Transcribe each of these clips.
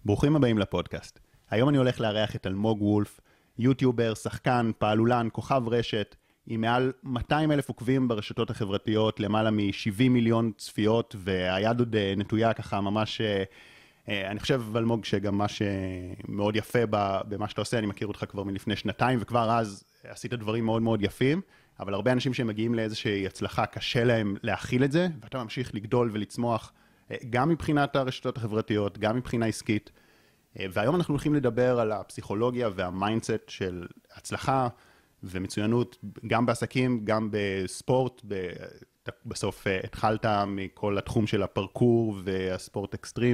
ברוכים הבאים לפודקאסט. היום אני הולך לארח את אלמוג וולף, יוטיובר, שחקן, פעלולן, כוכב רשת, עם מעל 200,000 עוקבים ברשתות החברתיות, למעלה מ-70 מיליון צפיות, והיד עוד נטויה ככה ממש, אני חושב אלמוג שגם מה שמאוד יפה במה שאתה עושה, אני מכיר אותך כבר מלפני שנתיים, וכבר אז עשית דברים מאוד מאוד יפים, אבל הרבה אנשים שמגיעים לאיזושהי הצלחה, קשה להם להכיל את זה, ואתה ממשיך לגדול ולצמוח, גם מבחינת הרשתות החברתיות, גם מבחינה עסקית, והיום אנחנו הולכים לדבר על הפסיכולוגיה והמיינדסט של הצלחה ומצוינות, גם בעסקים, גם בספורט. בסוף התחלת מכל התחום של הפרקור והספורט אקסטרים,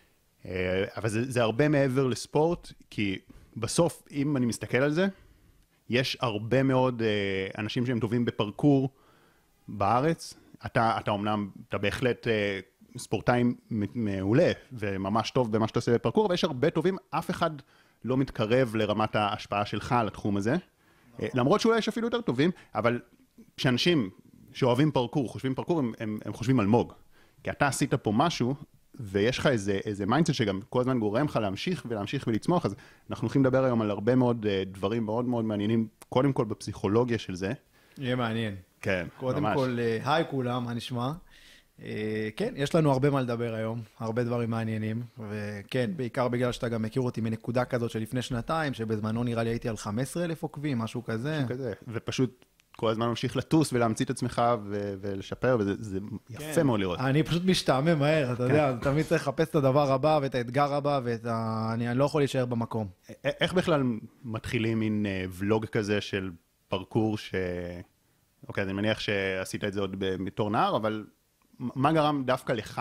אבל זה הרבה מעבר לספורט, כי בסוף, אם אני מסתכל על זה, יש הרבה מאוד אנשים שהם טובים בפרקור בארץ. אתה אומנם, אתה בהחלט ספורטאי מעולה וממש טוב במה שאתה עושה בפרקור, אבל יש הרבה טובים, אף אחד לא מתקרב לרמת ההשפעה שלך על התחום הזה. למרות שאולי יש אפילו יותר טובים, אבל כשאנשים שאוהבים פרקור, חושבים פרקור, הם חושבים אלמוג. כי אתה עשית פה משהו, ויש לך איזה מיינדסט שגם כל הזמן גורם לך להמשיך ולהמשיך ולצמוח, אז אנחנו הולכים לדבר היום על הרבה מאוד דברים מאוד מאוד מעניינים, קודם כל בפסיכולוגיה של זה. יהיה מעניין. כן, ממש. קודם כל, היי כולם, מה נשמע? כן, יש לנו הרבה מה לדבר היום, הרבה דברים מעניינים, וכן, בעיקר בגלל שאתה גם מכיר אותי מנקודה כזאת של לפני שנתיים, שבזמנו נראה לי הייתי על 15,000 עוקבים, משהו כזה. ופשוט כל הזמן ממשיך לטוס ולהמציא את עצמך ולשפר, וזה יפה מאוד לראות. אני פשוט משתעמם מהר, אתה יודע, תמיד צריך לחפש את הדבר הבא ואת האתגר הבא, אני לא יכול להישאר במקום. איך בכלל מתחילים מין ולוג כזה של פרקור אוקיי, אני מניח שעשית את זה עוד בתור נער, אבל מה גרם דווקא לך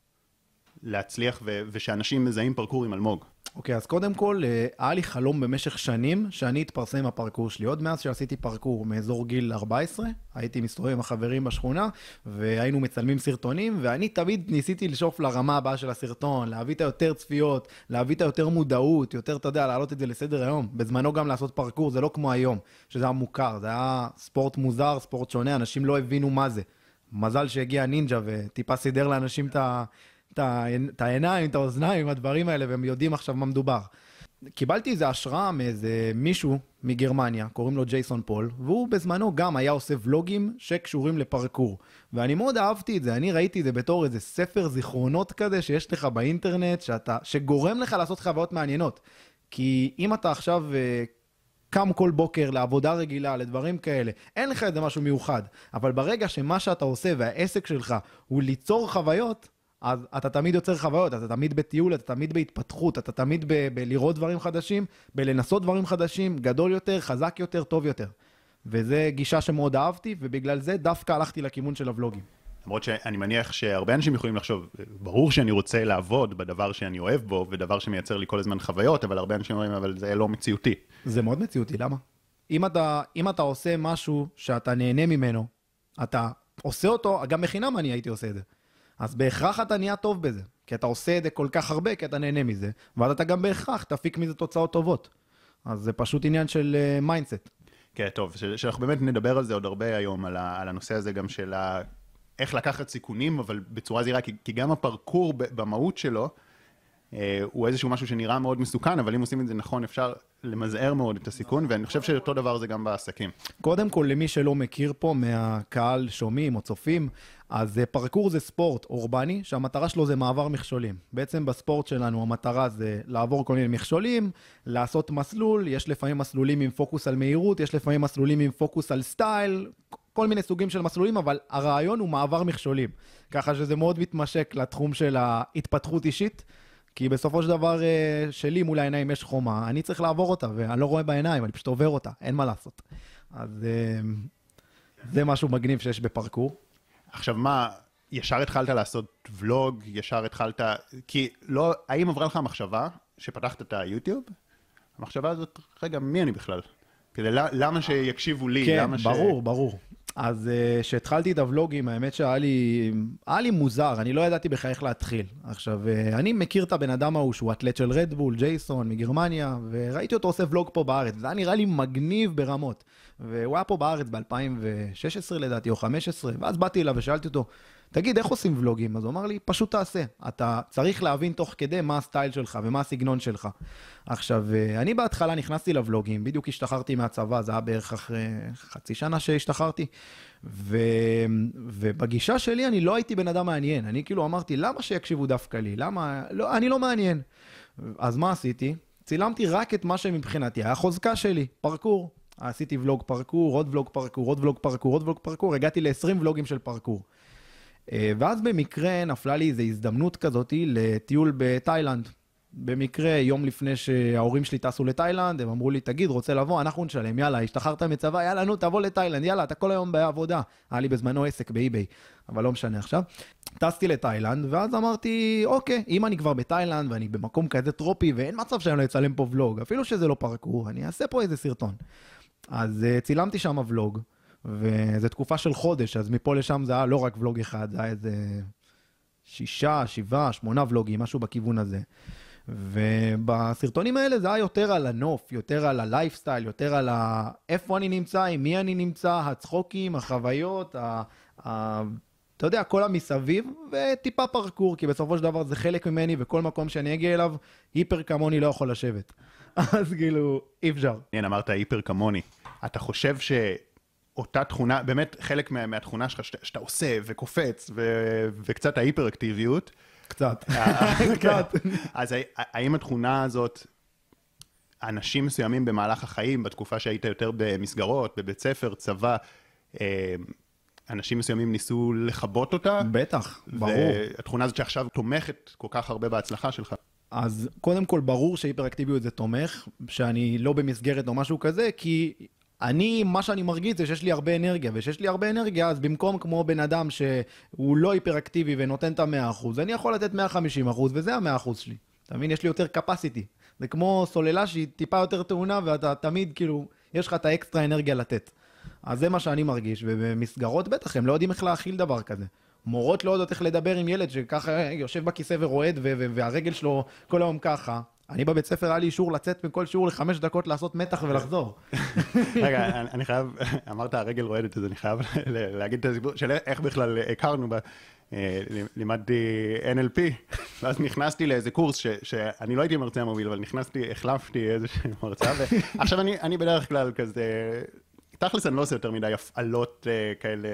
להצליח ושאנשים מזהים פרקור עם אלמוג? אוקיי, אז קודם כל, היה לי חלום במשך שנים שאני אתפרסם עם הפרקור שלי. עוד מאז שעשיתי פרקור מאזור גיל 14, הייתי מסתובב עם החברים בשכונה, והיינו מצלמים סרטונים, ואני תמיד ניסיתי לשאוף לרמה הבאה של הסרטון, להביא את היותר צפיות, להביא את היותר מודעות, יותר, אתה יודע, להעלות את זה לסדר היום. בזמנו גם לעשות פרקור, זה לא כמו היום, שזה היה מוכר, זה היה ספורט מוזר, ספורט שונה, אנשים לא הבינו מה זה. מזל שהגיע נינג'ה וטיפה סידר לאנשים את העיניים, את האוזניים, הדברים האלה, והם יודעים עכשיו מה מדובר. קיבלתי איזו השראה מאיזה מישהו מגרמניה, קוראים לו ג'ייסון פול, והוא בזמנו גם היה עושה ולוגים שקשורים לפרקור. ואני מאוד אהבתי את זה, אני ראיתי את זה בתור איזה ספר זיכרונות כזה שיש לך באינטרנט, שגורם לך לעשות חוויות מעניינות. כי אם אתה עכשיו קם כל בוקר לעבודה רגילה, לדברים כאלה, אין לך איזה משהו מיוחד. אבל ברגע שמה שאתה עושה והעסק שלך הוא ליצור חוויות, אז אתה תמיד יוצר חוויות, אתה תמיד בטיול, אתה תמיד בהתפתחות, אתה תמיד בלראות דברים חדשים, בלנסות דברים חדשים, גדול יותר, חזק יותר, טוב יותר. וזה גישה שמאוד אהבתי, ובגלל זה דווקא הלכתי לכיוון של הוולוגים. למרות שאני מניח שהרבה אנשים יכולים לחשוב, ברור שאני רוצה לעבוד בדבר שאני אוהב בו, ודבר שמייצר לי כל הזמן חוויות, אבל הרבה אנשים אומרים, אבל זה לא מציאותי. זה מאוד מציאותי, למה? אם אתה עושה משהו שאתה נהנה ממנו, אתה עושה אותו, גם בחינם אני הייתי עושה את זה. אז בהכרח אתה נהיה טוב בזה, כי אתה עושה את זה כל כך הרבה, כי אתה נהנה מזה, ואז אתה גם בהכרח תפיק מזה תוצאות טובות. אז זה פשוט עניין של מיינדסט. כן, טוב, שאנחנו באמת נדבר על זה עוד הרבה היום, על הנושא הזה גם של איך לקחת סיכונים, אבל בצורה זהירה, כי גם הפרקור במהות שלו, הוא איזשהו משהו שנראה מאוד מסוכן, אבל אם עושים את זה נכון, אפשר למזער מאוד את הסיכון, ואני חושב שאותו דבר זה גם בעסקים. קודם כל, למי שלא מכיר פה מהקהל שומעים או צופים, אז פרקור זה ספורט אורבני, שהמטרה שלו זה מעבר מכשולים. בעצם בספורט שלנו המטרה זה לעבור כל מיני מכשולים, לעשות מסלול, יש לפעמים מסלולים עם פוקוס על מהירות, יש לפעמים מסלולים עם פוקוס על סטייל, כל מיני סוגים של מסלולים, אבל הרעיון הוא מעבר מכשולים. ככה שזה מאוד מתמשק לתחום של ההתפתחות אישית, כי בסופו של דבר שלי מול העיניים יש חומה, אני צריך לעבור אותה, ואני לא רואה בעיניים, אני פשוט עובר אותה, אין מה לעשות. אז זה משהו מגניב שיש בפרקור. עכשיו מה, ישר התחלת לעשות ולוג, ישר התחלת, כי לא, האם עברה לך המחשבה שפתחת את היוטיוב? המחשבה הזאת, רגע, מי אני בכלל? כדי, למה שיקשיבו לי? כן, ברור. אז שהתחלתי את הוולוגים, האמת שהיה לי מוזר, אני לא ידעתי בכלל איך להתחיל. עכשיו, אני מכיר את הבן אדם ההוא שהוא אתלט של רדבול, ג'ייסון מגרמניה, וראיתי אותו עושה ולוג פה בארץ, זה היה נראה לי מגניב ברמות. והוא היה פה בארץ ב-2016 לדעתי, או 2015, ואז באתי אליו ושאלתי אותו, תגיד, איך עושים ולוגים? אז הוא אמר לי, פשוט תעשה. אתה צריך להבין תוך כדי מה הסטייל שלך ומה הסגנון שלך. עכשיו, אני בהתחלה נכנסתי לוולוגים, בדיוק השתחררתי מהצבא, זה היה בערך אחרי חצי שנה שהשתחררתי, ובגישה שלי אני לא הייתי בן אדם מעניין. אני כאילו אמרתי, למה שיקשיבו דווקא לי? למה? לא, אני לא מעניין. אז מה עשיתי? צילמתי רק את מה שמבחינתי היה חוזקה שלי, פרקור. עשיתי ולוג פרקור, עוד ולוג פרקור, עוד ולוג פרקור, עוד ולוג פרקור, הגעתי ל-20 ולוגים של פרקור. ואז במקרה נפלה לי איזו הזדמנות כזאת לטיול בתאילנד. במקרה, יום לפני שההורים שלי טסו לתאילנד, הם אמרו לי, תגיד, רוצה לבוא? אנחנו נשלם, יאללה, השתחררת מצבא, יאללה, נו, תבוא לתאילנד, יאללה, אתה כל היום בעבודה. היה לי בזמנו עסק באי-ביי, אבל לא משנה עכשיו. טסתי לתאילנד, ואז אמרתי, אוקיי, אם אני כבר בתאילנד, ואני במקום כזה טרופי, ואין מצב שאני לא אצלם פה ולוג, אפילו שזה לא פרקור, אני אעשה פה איזה סרטון. אז צילמתי שם ולוג, וזו תקופה של חודש, אז מפה לשם זה היה לא רק ולוג אחד, זה היה איזה 6, 7, 8 ולוגים, משהו בכיוון הזה. ובסרטונים האלה זה היה יותר על הנוף, יותר על הלייפסטייל, יותר על איפה אני נמצא, עם מי אני נמצא, הצחוקים, החוויות, אתה יודע, כל המסביב, וטיפה פרקור, כי בסופו של דבר זה חלק ממני, וכל מקום שאני אגיע אליו, היפר כמוני לא יכול לשבת. אז כאילו, אי אפשר. כן, אמרת היפר כמוני. אתה חושב שאותה תכונה, באמת חלק מהתכונה שלך, שאתה עושה וקופץ, וקצת ההיפר-אקטיביות, קצת. קצת. אז האם התכונה הזאת, אנשים מסוימים במהלך החיים, בתקופה שהיית יותר במסגרות, בבית ספר, צבא, אנשים מסוימים ניסו לחבות אותה? בטח, ברור. והתכונה הזאת שעכשיו תומכת כל כך הרבה בהצלחה שלך. אז קודם כל ברור שהיפראקטיביות זה תומך, שאני לא במסגרת או משהו כזה, כי מה שאני מרגיש זה שיש לי הרבה אנרגיה, ושיש לי הרבה אנרגיה, אז במקום כמו בן אדם שהוא לא היפראקטיבי ונותן את ה-100%, אני יכול לתת 150%, וזה ה-100% שלי. אתה מבין? יש לי יותר capacity. זה כמו סוללה שהיא טיפה יותר טעונה, ואתה תמיד כאילו, יש לך את האקסטרה אנרגיה לתת. אז זה מה שאני מרגיש, ובמסגרות בטח הם לא יודעים איך להכיל דבר כזה. מורות לא יודעות איך לדבר עם ילד שככה יושב בכיסא ורועד, והרגל שלו כל היום ככה. אני בבית ספר היה לי אישור לצאת מכל שיעור ל5 דקות לעשות מתח ולחזור. רגע, אני חייב, אמרת הרגל רועדת, אז אני חייב להגיד את הסיפור של איך בכלל הכרנו בה. לימדתי NLP, ואז נכנסתי לאיזה קורס שאני לא הייתי מרצה המוביל, אבל נכנסתי, החלפתי איזושהי מרצה, ועכשיו אני בדרך כלל כזה, תכלס אני לא עושה יותר מדי הפעלות כאלה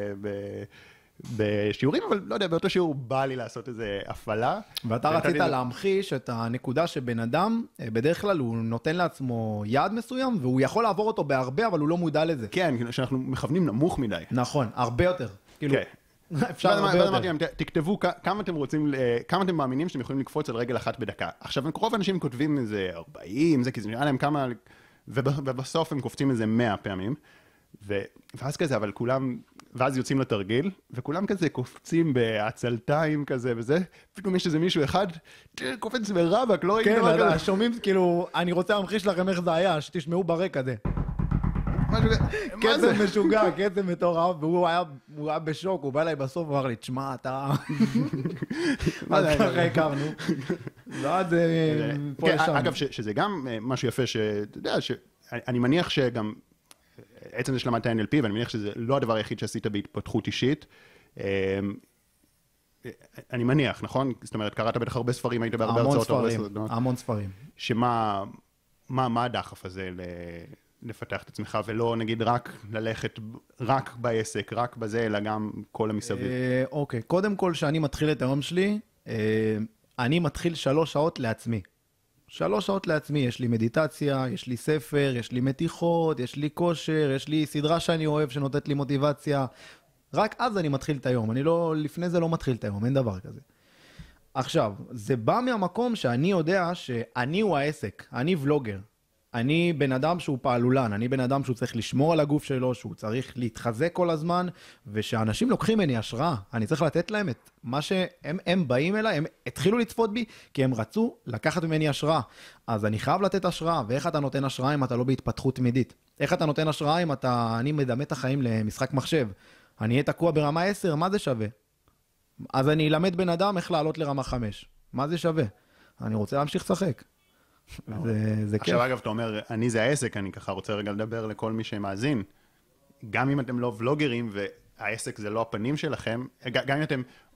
בשיעורים, אבל לא יודע, באותו שיעור בא לי לעשות איזה הפעלה. ואתה רצית להמחיש את הנקודה שבן אדם, בדרך כלל הוא נותן לעצמו יעד מסוים, והוא יכול לעבור אותו בהרבה, אבל הוא לא מודע לזה. כן, שאנחנו מכוונים נמוך מדי. נכון, הרבה יותר. כאילו, אפשר הרבה יותר. אמרתי להם, תכתבו כמה אתם רוצים, כמה אתם מאמינים שאתם יכולים לקפוץ על רגל אחת בדקה. עכשיו, רוב האנשים כותבים איזה 40, זה כי זה נראה להם כמה, ובסוף הם קופצים איזה 100 פעמים. ואז כזה, אבל כולם, ואז יוצאים לתרגיל, וכולם כזה קופצים בעצלתיים כזה וזה, פתאום יש איזה מישהו אחד, קופץ ברבק, לא ראיתי דבר כזה. כן, שומעים, כאילו, אני רוצה להמחיש לכם איך זה היה, שתשמעו ברקע זה. קצב משוגע, קצב מטורף, והוא היה בשוק, הוא בא אליי בסוף, הוא אמר לי, תשמע, אתה... אז ככה הכרנו. ועד פה לשם. אגב, שזה גם משהו יפה, שאתה יודע, אני מניח שגם... עצם זה שלמדת NLP, ואני מניח שזה לא הדבר היחיד שעשית בהתפתחות אישית. אני מניח, נכון? זאת אומרת, קראת בטח הרבה ספרים, היית בהרבה הרצאות. המון ספרים. שמה הדחף הזה לפתח את עצמך, ולא נגיד רק ללכת, רק בעסק, רק בזה, אלא גם כל המסביב? אוקיי, קודם כל שאני מתחיל את היום שלי, אני מתחיל 3 שעות לעצמי. 3 שעות לעצמי, יש לי מדיטציה, יש לי ספר, יש לי מתיחות, יש לי כושר, יש לי סדרה שאני אוהב שנותנת לי מוטיבציה. רק אז אני מתחיל את היום, לפני זה לא מתחיל את היום, אין דבר כזה. עכשיו, זה בא מהמקום שאני יודע שאני הוא העסק, אני ולוגר. אני בן אדם שהוא פעלולן, אני בן אדם שהוא צריך לשמור על הגוף שלו, שהוא צריך להתחזק כל הזמן, ושאנשים לוקחים ממני השראה, אני צריך לתת להם את מה שהם באים אליי, הם התחילו לצפות בי, כי הם רצו לקחת ממני השראה. אז אני חייב לתת השראה, ואיך אתה נותן השראה אם אתה לא בהתפתחות תמידית? איך אתה נותן השראה אם אני מדמה את החיים למשחק מחשב? אני אהיה תקוע ברמה 10, מה זה שווה? אז אני אלמד בן אדם איך לעלות לרמה 5. מה זה שווה? אני רוצה להמשיך לשחק. זה כיף. עכשיו אגב, אתה אומר, אני זה העסק, אני ככה רוצה רגע לדבר לכל מי שמאזין. גם אם אתם לא ולוגרים והעסק זה לא הפנים שלכם, גם אם אתם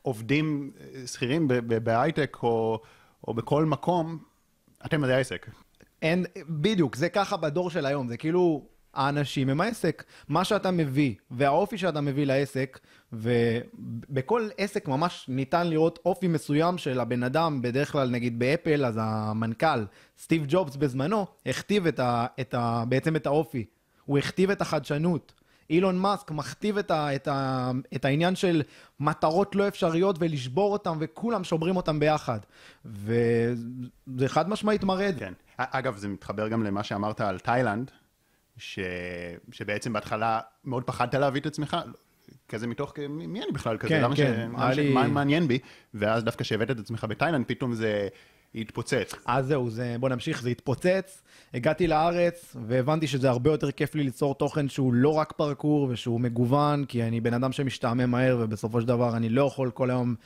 עובדים שכירים בהייטק או בכל מקום, אתם מדעי העסק. אין, בדיוק, זה ככה בדור של היום, זה כאילו, האנשים הם העסק, מה שאתה מביא, והאופי שאתה מביא לעסק, ובכל עסק ממש ניתן לראות אופי מסוים של הבן אדם, בדרך כלל נגיד באפל, אז המנכ"ל, סטיב ג'ובס בזמנו, הכתיב בעצם את האופי, הוא הכתיב את החדשנות, אילון מאסק מכתיב את העניין של מטרות לא אפשריות ולשבור אותם, וכולם שוברים אותם ביחד. וזה חד משמעית מראה את זה. כן. אגב, זה מתחבר גם למה שאמרת על תאילנד, שבעצם בהתחלה מאוד פחדת להביא את עצמך, כזה מתוך, מי אני בכלל כזה? כן, מה מעניין בי? ואז דווקא שהבאת את עצמך בתאילנד, פתאום זה התפוצץ. אז זהו, בוא נמשיך, זה התפוצץ. הגעתי לארץ והבנתי שזה הרבה יותר כיף לי ליצור תוכן שהוא לא רק פרקור ושהוא מגוון, כי אני בן אדם שמשתעמם מהר, ובסופו של דבר אני לא יכול כל היום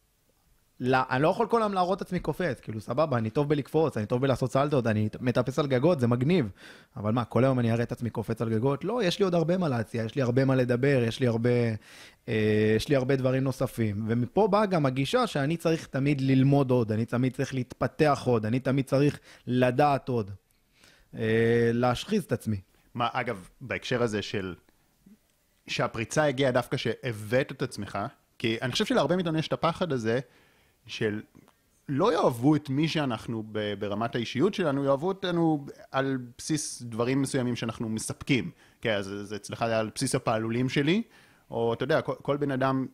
להראות את עצמי קופץ, כאילו סבבה, אני טוב בלקפוץ, אני טוב בלעשות סלטות, אני מטפס על גגות, זה מגניב. אבל מה, כל היום אני אראה את עצמי קופץ על גגות? לא, יש לי עוד הרבה מה להציע, יש לי הרבה מה לדבר, יש לי הרבה דברים נוספים. ומפה באה גם הגישה שאני צריך תמיד ללמוד עוד, אני תמיד צריך להתפתח עוד, אני תמיד צריך לדעת עוד. להשחיז את עצמי. מה, אגב, בהקשר הזה שהפריצה הגיעה דווקא שהבאת את עצמך, כי אני חושב שלהרבה מאיתנו יש את הפחד הזה, של לא יאהבו את מי שאנחנו ברמת האישיות שלנו, יאהבו אותנו על בסיס דברים מסוימים שאנחנו מספקים. כן, אז זה אצלך על בסיס הפעלולים שלי, או אתה יודע, כל בן אדם,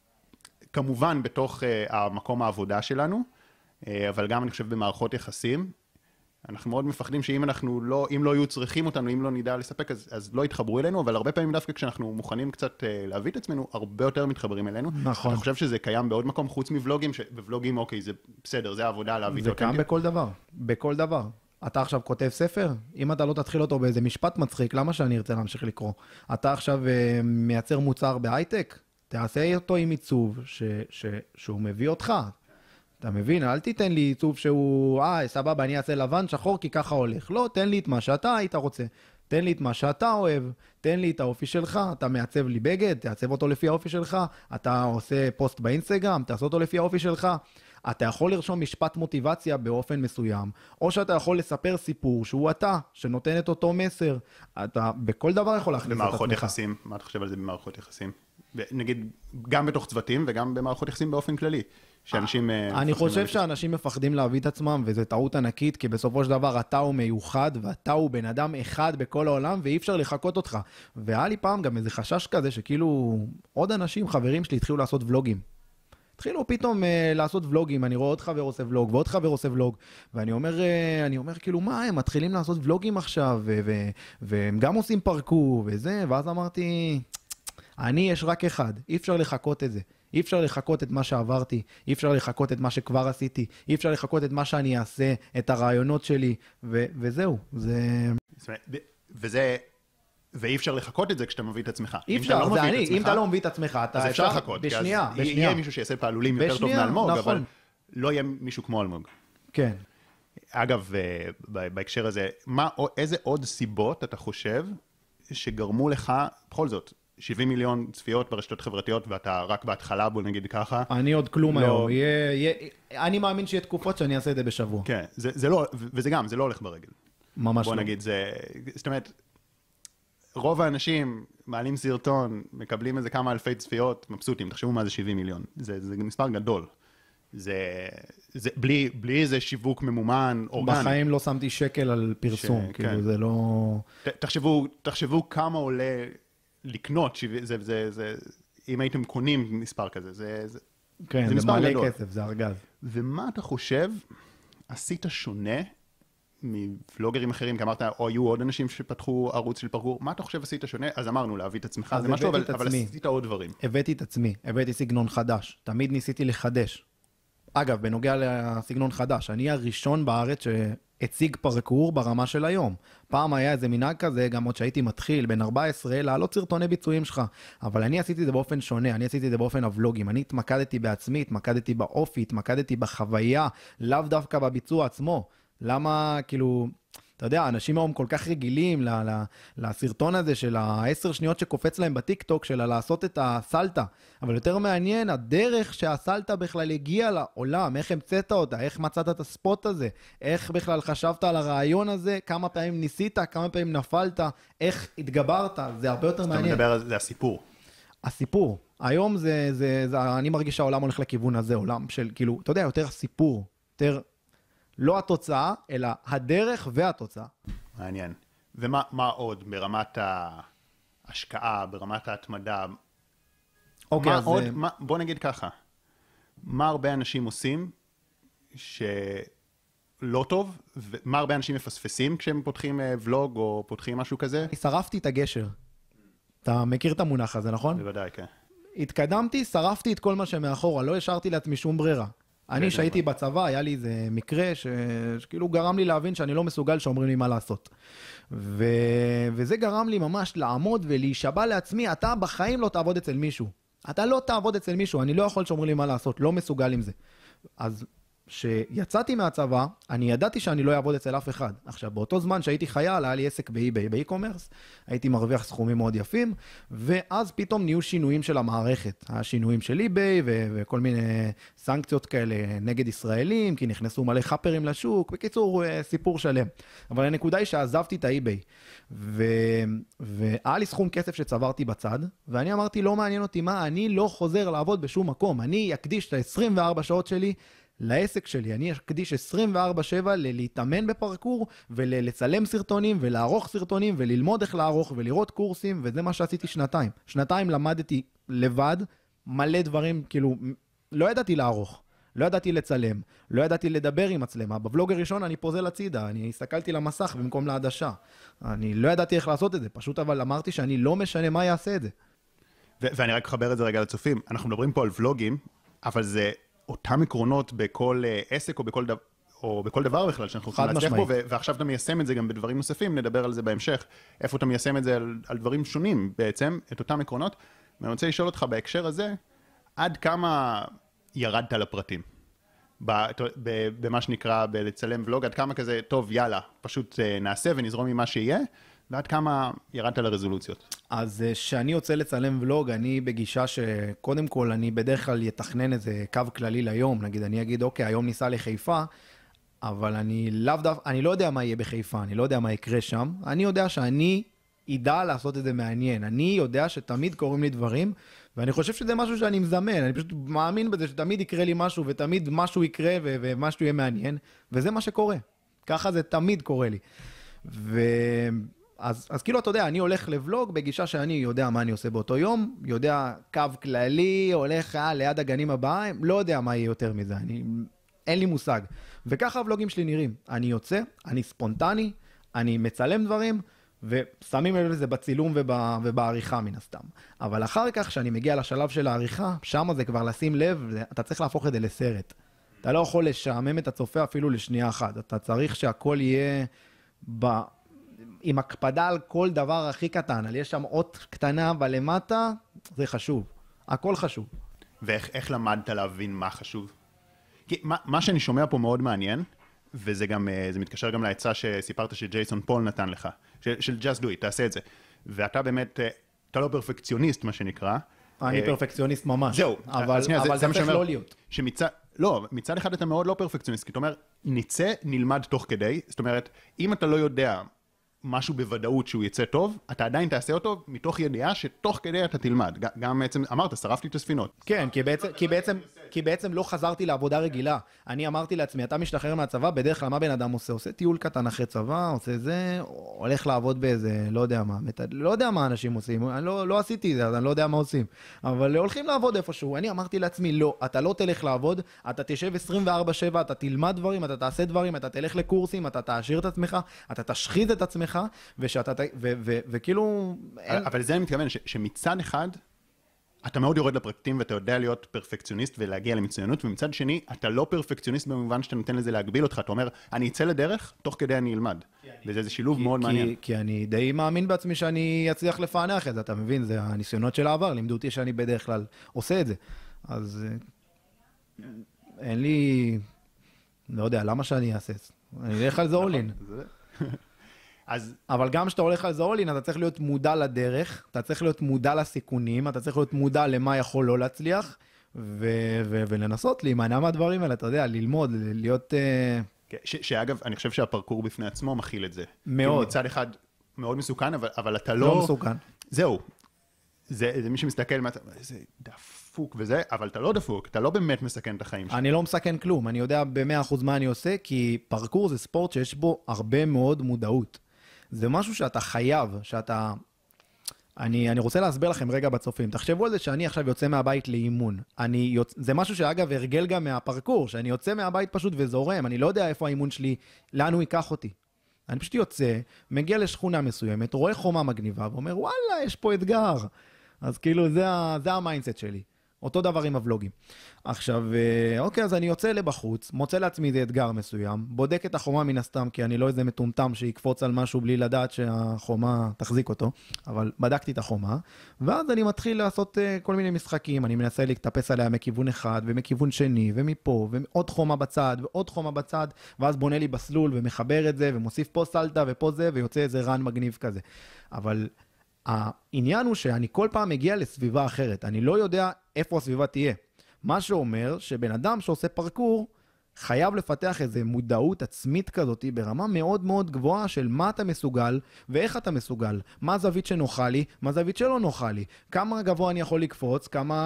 כמובן בתוך המקום העבודה שלנו, אבל גם אני חושב במערכות יחסים, אנחנו מאוד מפחדים שאם אם לא יהיו צריכים אותנו, אם לא נדע לספק, אז לא יתחברו אלינו, אבל הרבה פעמים דווקא כשאנחנו מוכנים קצת להביא את עצמנו, הרבה יותר מתחברים אלינו. נכון. אני חושב שזה קיים בעוד מקום, חוץ מבלוגים, שבלוגים, אוקיי, זה בסדר, זה העבודה להביא את זה קיים בכל דבר, בכל דבר. אתה עכשיו כותב ספר, אם אתה לא תתחיל אותו באיזה משפט מצחיק, למה שאני ארצה להמשיך לקרוא? אתה עכשיו מייצר מוצר בהייטק, תעשה אותו עם עיצוב שהוא מביא אותך. אתה מבין? אל תיתן לי עיצוב שהוא, סבבה, אני אעשה לבן, שחור, כי ככה הולך. לא, תן לי את מה שאתה היית רוצה. תן לי את מה שאתה אוהב. תן לי את האופי שלך. אתה מעצב לי בגד, תעצב אותו לפי האופי שלך. אתה עושה פוסט באינסטגרם, תעשה אותו לפי האופי שלך. אתה יכול לרשום משפט מוטיבציה באופן מסוים, או שאתה יכול לספר סיפור שהוא אתה, שנותן את אותו מסר. אתה בכל דבר יכול להכניס את עצמך. במערכות יחסים, מה אתה חושב על זה במערכות יחסים? נגיד, גם בתוך צוותים וגם במערכות יחסים באופן כללי. שאנשים... אני חושב שאנשים מפחדים להביא את עצמם, וזה טעות ענקית, כי בסופו של דבר אתה הוא מיוחד, ואתה הוא בן אדם אחד בכל העולם, ואי אפשר לחכות אותך. והיה לי פעם גם איזה חשש כזה, שכאילו עוד אנשים, חברים שלי, התחילו לעשות ולוגים. התחילו פתאום לעשות ולוגים, אני רואה עוד חבר עושה ולוג, ועוד חבר עושה ולוג, ואני אומר כאילו, מה, הם מתחילים לעשות ולוגים עכשיו, והם גם עושים פרקור, וזה, ואז אמרתי, יש רק אחד, אי אפשר לחכות את זה. אי אפשר לחכות את מה שעברתי, אי אפשר לחכות את מה שכבר עשיתי, אי אפשר לחכות את מה שאני אעשה, את הרעיונות שלי, וזהו. ואי אפשר לחכות את זה כשאתה מביא את עצמך. אי אפשר, זה אני, אם אתה לא מביא את עצמך, אז אפשר לחכות, בשנייה. יהיה מישהו שיעשה פעלולים יותר טוב מאלמוג, אבל לא יהיה מישהו כמו אלמוג. כן. אגב, בהקשר הזה, איזה עוד סיבות אתה חושב שגרמו לך, בכל זאת, 70 מיליון צפיות ברשתות חברתיות, ואתה רק בהתחלה, בוא נגיד ככה. אני עוד כלום היום. אני מאמין שיהיה תקופות שאני אעשה את זה בשבוע. כן, זה לא, וזה גם, זה לא הולך ברגל. ממש לא. בוא נגיד, זאת אומרת, רוב האנשים מעלים סרטון, מקבלים איזה כמה אלפי צפיות, מבסוטים, תחשבו מה זה 70 מיליון. זה מספר גדול. זה בלי איזה שיווק ממומן, אורגני. בחיים לא שמתי שקל על פרסום, כאילו זה לא... תחשבו כמה עולה לקנות, אם הייתם קונים מספר כזה, זה מספר גדול. כסף, זה ארגז. ומה אתה חושב עשית שונה מפלוגרים אחרים, כי אמרת, או היו עוד אנשים שפתחו ערוץ של פרקור, מה אתה חושב עשית שונה? אז אמרנו, להביא את עצמך, זה משהו, אבל עשית עוד דברים. הבאתי את עצמי, הבאתי סגנון חדש, תמיד ניסיתי לחדש. אגב, בנוגע לסגנון חדש, אני הראשון בארץ שהציג פרקור ברמה של היום. פעם היה איזה מנהג כזה, גם עוד שהייתי מתחיל, בין 14, להעלות סרטוני ביצועים שלך. אבל אני עשיתי את זה באופן שונה, אני עשיתי את זה באופן הוולוגים. אני התמקדתי בעצמי, התמקדתי באופי, התמקדתי בחוויה, לאו דווקא בביצוע עצמו. למה, כאילו, אתה יודע, אנשים היום כל כך רגילים לסרטון הזה של 10 שניות שקופץ להם בטיק-טוק, של לעשות את הסלטה. אבל יותר מעניין, הדרך שהסלטה בכלל הגיעה לעולם, איך המצאת אותה, איך מצאת את הספוט הזה, איך בכלל חשבת על הרעיון הזה, כמה פעמים ניסית, כמה פעמים נפלת, איך התגברת, זה הרבה יותר מעניין. אתה מדבר על זה, הסיפור. הסיפור. היום אני מרגיש שהעולם הולך לכיוון הזה, עולם של, כאילו, אתה יודע, יותר הסיפור, יותר לא התוצאה, אלא הדרך והתוצאה. מעניין. ומה עוד ברמת ההשקעה, ברמת ההתמדה? אוקיי, אז... בוא נגיד ככה, מה הרבה אנשים עושים שלא טוב, ומה הרבה אנשים מפספסים כשהם פותחים ולוג או פותחים משהו כזה? אני שרפתי את הגשר. אתה מכיר את המונח הזה, נכון? בוודאי, כן. התקדמתי, שרפתי את כל מה שמאחורה, לא השארתי לעצמי שום ברירה. אני שהייתי בצבא, היה לי איזה מקרה שכאילו גרם לי להבין שאני לא מסוגל שאומרים לי מה לעשות. וזה גרם לי ממש לעמוד ולהישבע לעצמי, אתה בחיים לא תעבוד אצל מישהו. אתה לא תעבוד אצל מישהו, אני לא יכול שאומרים לי מה לעשות, לא מסוגל עם זה. אז כשיצאתי מהצבא, אני ידעתי שאני לא אעבוד אצל אף אחד. עכשיו, באותו זמן שהייתי חייל, היה לי עסק באי-ביי, באי-קומרס, הייתי מרוויח סכומים מאוד יפים, ואז פתאום נהיו שינויים של המערכת. השינויים של אי-ביי וכל מיני סנקציות כאלה נגד ישראלים, כי נכנסו מלא חפרים לשוק, בקיצור, סיפור שלם. אבל הנקודה היא שעזבתי את האי-ביי, והיה לי סכום כסף שצברתי בצד, ואני אמרתי, לא מעניין אותי מה, אני לא חוזר לעבוד בשום מקום, אני אקדיש את ה-24 שעות שלי לעסק שלי, אני אקדיש 24/7 להתאמן בפרקור, ולצלם סרטונים, ולערוך סרטונים, וללמוד איך לערוך, ולראות קורסים, וזה מה שעשיתי שנתיים. שנתיים למדתי לבד, מלא דברים, כאילו, לא ידעתי לערוך, לא ידעתי לצלם, לא ידעתי לדבר עם מצלמה. בבלוג הראשון אני פוזל הצידה, אני הסתכלתי למסך במקום לעדשה. אני לא ידעתי איך לעשות את זה, פשוט אבל אמרתי שאני לא משנה מה יעשה את זה. ואני רק אחבר את זה רגע לצופים. אנחנו מדברים פה על ולוגים, אבל זה אותם עקרונות בכל עסק או בכל דבר בכלל שאנחנו יכולים להצליח בו, ועכשיו אתה מיישם את זה גם בדברים נוספים, נדבר על זה בהמשך, איפה אתה מיישם את זה על דברים שונים בעצם, את אותם עקרונות. ואני רוצה לשאול אותך בהקשר הזה, עד כמה ירדת לפרטים? במה שנקרא בלצלם ולוג, עד כמה כזה, טוב, יאללה, פשוט נעשה ונזרום ממה שיהיה, ועד כמה ירדת לרזולוציות? אז שאני יוצא לצלם ולוג, אני בגישה שקודם כל אני בדרך כלל יתכנן איזה קו כללי ליום, נגיד אני אגיד, אוקיי, היום ניסע לחיפה, אבל אני לא יודע מה יהיה בחיפה, אני לא יודע מה יקרה שם, אני יודע שאני ידע לעשות את זה מעניין, אני יודע שתמיד קוראים לי דברים, ואני חושב שזה משהו שאני מזמן, אני פשוט מאמין בזה שתמיד יקרה לי משהו, ותמיד משהו יקרה ומשהו יהיה מעניין, וזה מה שקורה. ככה זה תמיד קורה לי. אז כאילו, אתה יודע, אני הולך לבלוג בגישה שאני יודע מה אני עושה באותו יום, יודע קו כללי, הולך ליד הגנים הבאים, לא יודע מה יהיה יותר מזה, אין לי מושג. וככה הוולוגים שלי נראים. אני יוצא, אני ספונטני, אני מצלם דברים, ושמים לב לזה בצילום ובעריכה מן הסתם. אבל אחר כך, כשאני מגיע לשלב של העריכה, שם זה כבר לשים לב, אתה צריך להפוך את זה לסרט. אתה לא יכול לשעמם את הצופה אפילו לשנייה אחת. אתה צריך שהכל יהיה עם הקפדה על כל דבר הכי קטן. יש שם אות קטנה בלמטה, זה חשוב. הכל חשוב. ואיך למדת להבין מה חשוב? כי מה שאני שומע פה מאוד מעניין, וזה גם, זה מתקשר גם להצעה שסיפרת שג'ייסון פול נתן לך, של just do it, תעשה את זה. ואתה באמת, אתה לא פרפקציוניסט, מה שנקרא. אני פרפקציוניסט ממש. זהו. אבל זה צריך לא להיות. לא, מצד אחד אתה מאוד לא פרפקציוניסט, כי אתה אומר, נצא, נלמד תוך כדי. זאת אומרת, אם אתה לא יודע משהו בוודאות שהוא יצא טוב, אתה עדיין תעשה אותו מתוך ידיעה שתוך כדי אתה תלמד. גם בעצם, אמרת, שרפתי את הספינות. כן, כי בעצם לא חזרתי לעבודה רגילה. אני אמרתי לעצמי, אתה משתחרר מהצבא, בדרך כלל מה בן אדם עושה? עושה טיול קטן אחרי צבא, עושה זה, הולך לעבוד באיזה, לא יודע מה, לא יודע מה אנשים עושים, אני לא עשיתי זה, אז אני לא יודע מה עושים. אבל הולכים לעבוד איפשהו. אני אמרתי לעצמי, לא, אתה לא תלך לעבוד, אתה תשב 24/7, אתה תלמד דברים, אתה תעשה דברים, אתה תלך לקורסים, אתה תעשיר את עצמך, אתה תשחית את עצמך, וכאילו... אבל זה אני מתכוון, שמצד אחד, אתה מאוד יורד לפרקטים, ואתה יודע להיות פרפקציוניסט ולהגיע למצוינות, ומצד שני, אתה לא פרפקציוניסט במובן שאתה נותן לזה להגביל אותך. אתה אומר, אני אצא לדרך, תוך כדי אני אלמד. וזה שילוב מאוד מעניין. כי אני די מאמין בעצמי שאני אצליח לפענח את זה, אתה מבין? זה הניסיונות של העבר, לימדו אותי שאני בדרך כלל עושה את זה. אז אין לי... לא יודע, למה שאני אעשה? אני אלך על זה אולין. אבל גם כשאתה הולך על זה אולין, אתה צריך להיות מודע לדרך, אתה צריך להיות מודע לסיכונים, אתה צריך להיות מודע למה יכול לא להצליח, ולנסות להימנע מהדברים האלה, אתה יודע, ללמוד, להיות... שאגב, אני חושב שהפרקור בפני עצמו מכיל את זה. מאוד. מצד אחד מאוד מסוכן, אבל אתה לא... לא מסוכן. זהו. זה מי שמסתכל, זה דפוק וזה, אבל אתה לא דפוק, אתה לא באמת מסכן את החיים שלך. אני לא מסכן כלום, אני יודע ב100% מה אני עושה, כי פרקור זה ספורט שיש בו הרבה מאוד מודעות. זה משהו שאתה חייב, שאתה... אני רוצה להסביר לכם רגע בצופים. תחשבו על זה שאני עכשיו יוצא מהבית לאימון. זה משהו שאגב הרגל גם מהפרקור, שאני יוצא מהבית פשוט וזורם, אני לא יודע איפה האימון שלי, לאן הוא ייקח אותי. אני פשוט יוצא, מגיע לשכונה מסוימת, רואה חומה מגניבה, ואומר, וואלה, יש פה אתגר. אז כאילו, זה המיינדסט שלי. אותו דבר עם הוולוגים. עכשיו, אוקיי, אז אני יוצא לבחוץ, מוצא לעצמי איזה אתגר מסוים, בודק את החומה מן הסתם, כי אני לא איזה מטומטם שיקפוץ על משהו בלי לדעת שהחומה תחזיק אותו, אבל בדקתי את החומה, ואז אני מתחיל לעשות כל מיני משחקים, אני מנסה להתאפס עליה מכיוון אחד, ומכיוון שני, ומפה, ועוד חומה בצד, ועוד חומה בצד, ואז בונה לי בסלול, ומחבר את זה, ומוסיף פה סלטה, ופה זה, ויוצא איזה רן מגניב כזה. אבל העניין הוא שאני כל פעם מגיע לסביבה אחרת, אני לא יודע איפה הסביבה תהיה. מה שאומר שבן אדם שעושה פרקור חייב לפתח איזו מודעות עצמית כזאת ברמה מאוד מאוד גבוהה של מה אתה מסוגל ואיך אתה מסוגל, מה הזווית שנוחה לי, מה הזווית שלא נוחה לי, כמה גבוה אני יכול לקפוץ,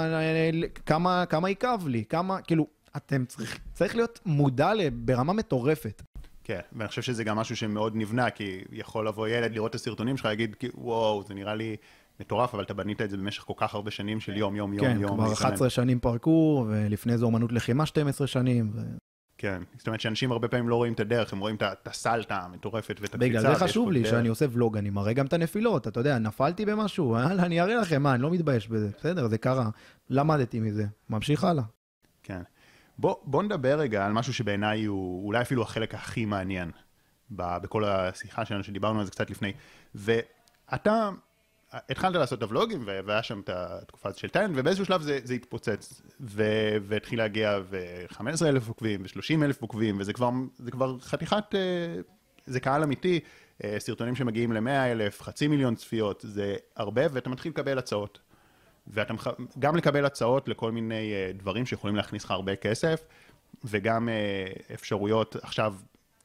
כמה יקב לי, כאילו, צריך להיות מודע ברמה מטורפת. כן, ואני חושב שזה גם משהו שמאוד נבנה, כי יכול לבוא ילד לראות את הסרטונים שלך, להגיד, וואו, זה נראה לי מטורף, אבל אתה בנית את זה במשך כל כך הרבה שנים של יום, יום, יום, כן, יום. כבר 11 שנים פרקור, ולפני זה אומנות לחימה 12 שנים. כן, זאת אומרת שאנשים הרבה פעמים לא רואים את הדרך, הם רואים את הסלטה המטורפת ואת הקפיצה. בגלל זה חשוב לי שאני עושה ולוג, אני מראה גם את הנפילות, אתה יודע, נפלתי במשהו, אני אראה לכם, אני לא מתבייש בזה, בסדר, זה קרה, למדתי מזה, ממשיך הלאה. כן. בוא נדבר רגע על משהו שבעיניי הוא אולי אפילו החלק הכי מעניין בכל השיחה שלנו שדיברנו על זה קצת לפני. ואתה התחלת לעשות את הוולוגים והיה שם את התקופה של טיין, ובאיזשהו שלב זה התפוצץ והתחיל להגיע 15,000 עוקבים ו30,000 עוקבים, וזה כבר חתיכת, זה קהל אמיתי, סרטונים שמגיעים ל100,000, 500,000 צפיות, זה הרבה, ואתה מתחיל לקבל הצעות. ואתה גם לקבל הצעות לכל מיני דברים שיכולים להכניס לך הרבה כסף, וגם אפשרויות עכשיו,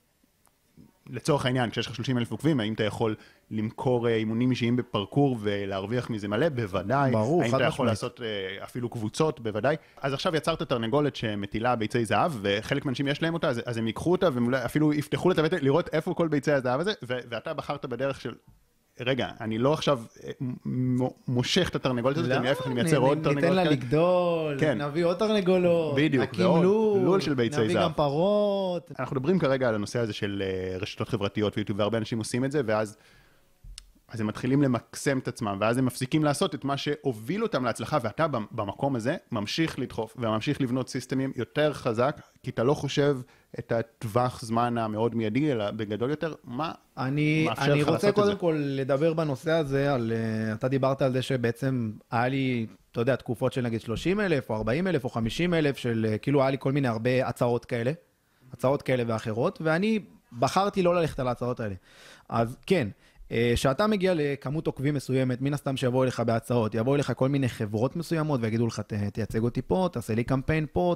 לצורך העניין, כשיש לך 30,000 עוקבים, האם אתה יכול למכור אימונים אישיים בפרקור ולהרוויח מזה מלא? בוודאי. ברור, האם אתה יכול לעשות אפילו קבוצות? בוודאי. אז עכשיו יצרת תרנגולת שמטילה ביצי זהב, וחלק מהאנשים יש להם אותה, אז הם ייקחו אותה, ואפילו יפתחו את הבטן, לראות איפה כל ביצי הזהב הזה, ואתה בחרת בדרך של רגע, אני לא עכשיו מושך את התרנגולת הזאת, אני להפך, אני מייצר עוד תרנגולת. ניתן לה לגדול, נביא עוד תרנגולות, נקים לול של ביצי זהב. נביא גם פרות. אנחנו מדברים כרגע על הנושא הזה של רשתות חברתיות ויוטיוב, והרבה אנשים עושים את זה, ואז הם מתחילים למקסם את עצמם, ואז הם מפסיקים לעשות את מה שהוביל אותם להצלחה, ואתה במקום הזה ממשיך לדחוף, וממשיך לבנות סיסטמים יותר חזק, כי אתה לא חושב את הטווח זמן המאוד מיידי, אלא בגדול יותר, מה מאפשר לך לעשות את זה? אני רוצה קודם כל לדבר בנושא הזה, אתה דיברת על זה שבעצם היה לי, אתה יודע, תקופות של נגיד 30,000 או 40,000 או 50,000, של כאילו היה לי כל מיני הרבה הצעות כאלה ואחרות, ואני בחרתי לא ללכת על ההצעות האלה. אז כן, שאתה מגיע לכמות עוקבים מסוימת, מן הסתם שיבואו לך בהצעות, יבואו לך כל מיני חברות מסוימות ויגידו לך, תייצג אותי פה, תעשה לי קמפיין פה,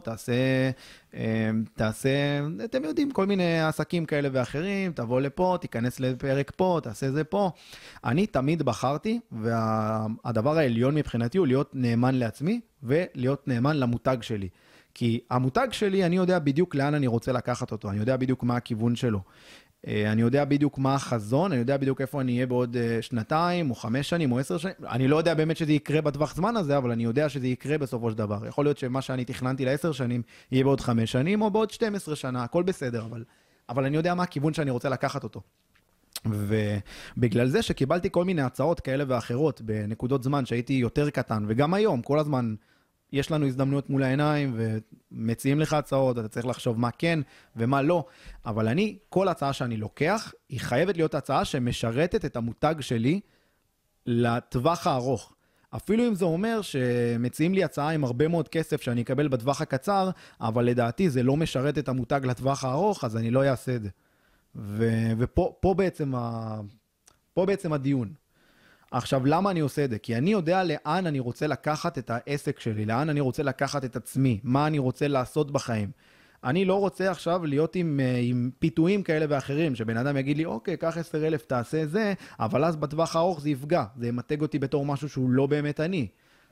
תעשה, אתם יודעים, כל מיני עסקים כאלה ואחרים, תבוא לפה, תיכנס לפרק פה, תעשה זה פה. אני תמיד בחרתי, והדבר העליון מבחינתי הוא להיות נאמן לעצמי, ולהיות נאמן למותג שלי. כי המותג שלי, אני יודע בדיוק לאן אני רוצה לקחת אותו, אני יודע בדיוק מה הכיוון שלו. אני יודע בדיוק מה החזון, אני יודע בדיוק איפה אני אהיה בעוד 2 או 5 שנים או 10 שנים. אני לא יודע באמת שזה יקרה בטווח זמן הזה, אבל אני יודע שזה יקרה בסופו של דבר. יכול להיות שמה שאני תכננתי ל10 שנים יהיה בעוד 5 שנים או בעוד 12 שנה, הכל בסדר, אבל אני יודע מה הכיוון שאני רוצה לקחת אותו. ובגלל זה שקיבלתי כל מיני הצעות כאלה ואחרות בנקודות זמן שהייתי יותר קטן, וגם היום, כל הזמן יש לנו הזדמנויות מול העיניים, ומציעים לך הצעות, אתה צריך לחשוב מה כן ומה לא, אבל כל הצעה שאני לוקח, היא חייבת להיות הצעה שמשרתת את המותג שלי לטווח הארוך. אפילו אם זה אומר שמציעים לי הצעה עם הרבה מאוד כסף שאני אקבל בטווח הקצר, אבל לדעתי זה לא משרת את המותג לטווח הארוך, אז אני לא אעשה את זה. ופה בעצם הדיון. עכשיו, למה אני עושה את זה? כי אני יודע לאן אני רוצה לקחת את העסק שלי, לאן אני רוצה לקחת את עצמי, מה אני רוצה לעשות בחיים. אני לא רוצה עכשיו להיות עם פיתויים כאלה ואחרים, שבן אדם יגיד לי, אוקיי, קח 10,000, תעשה זה, אבל אז בטווח הארוך זה יפגע, זה ימתג אותי בתור משהו שהוא לא באמת אני.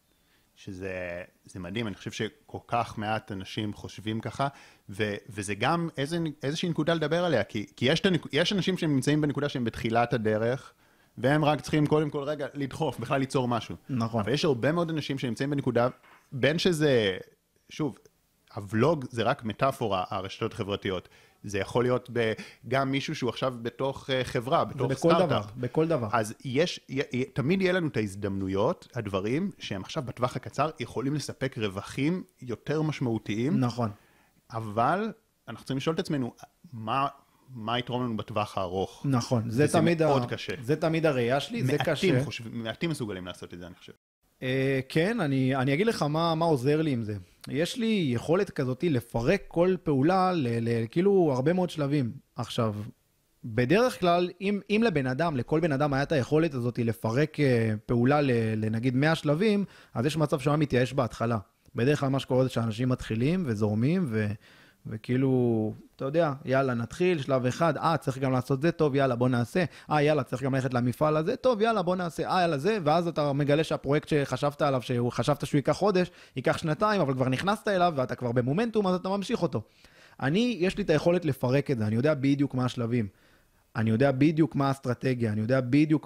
שזה מדהים, אני חושב שכל כך מעט אנשים חושבים ככה, וזה גם איזושהי נקודה לדבר עליה, כי יש אנשים שנמצאים בנקודה שהם בתחילת הדרך, והם רק צריכים קודם כל רגע לדחוף, בכלל ליצור משהו. נכון. אבל יש הרבה מאוד אנשים שנמצאים בנקודה, בין שזה, שוב, הוולוג זה רק מטאפורה, הרשתות החברתיות. זה יכול להיות גם מישהו שהוא עכשיו בתוך חברה, בתוך סטארט-אפ. בכל דבר. אז תמיד יהיה לנו את ההזדמנויות, הדברים שהם עכשיו בטווח הקצר יכולים לספק רווחים יותר משמעותיים. נכון. אבל אנחנו צריכים לשאול את עצמנו, מה יתרום לנו בטווח הארוך? נכון. זה מאוד קשה. זה תמיד הראייה שלי, זה קשה. מעטים מסוגלים לעשות את זה, אני חושב. כן, אני אגיד לך מה עוזר לי עם זה. יש לי יכולת כזאת לפרק כל פעולה כאילו הרבה מאוד שלבים. עכשיו, בדרך כלל, אם לכל בן אדם היה את היכולת הזאת לפרק פעולה לנגיד 100 שלבים, אז יש מצב שהוא מתייאש בהתחלה. בדרך כלל מה שקורה זה שאנשים מתחילים וזורמים וכאילו, אתה יודע, יאללה, נתחיל, שלב אחד, צריך גם לעשות זה, טוב, יאללה, בוא נעשה, יאללה, צריך גם ללכת למפעל הזה, טוב, יאללה, בוא נעשה, יאללה, זה, ואז אתה מגלה שהפרויקט שחשבת עליו, חשבת שהוא ייקח חודש, ייקח 2, אבל כבר נכנסת אליו, ואתה כבר במומנטום, אז אתה ממשיך אותו. יש לי את היכולת לפרק את זה, אני יודע בדיוק מה השלבים, אני יודע בדיוק מה האסטרטגיה, אני יודע בדיוק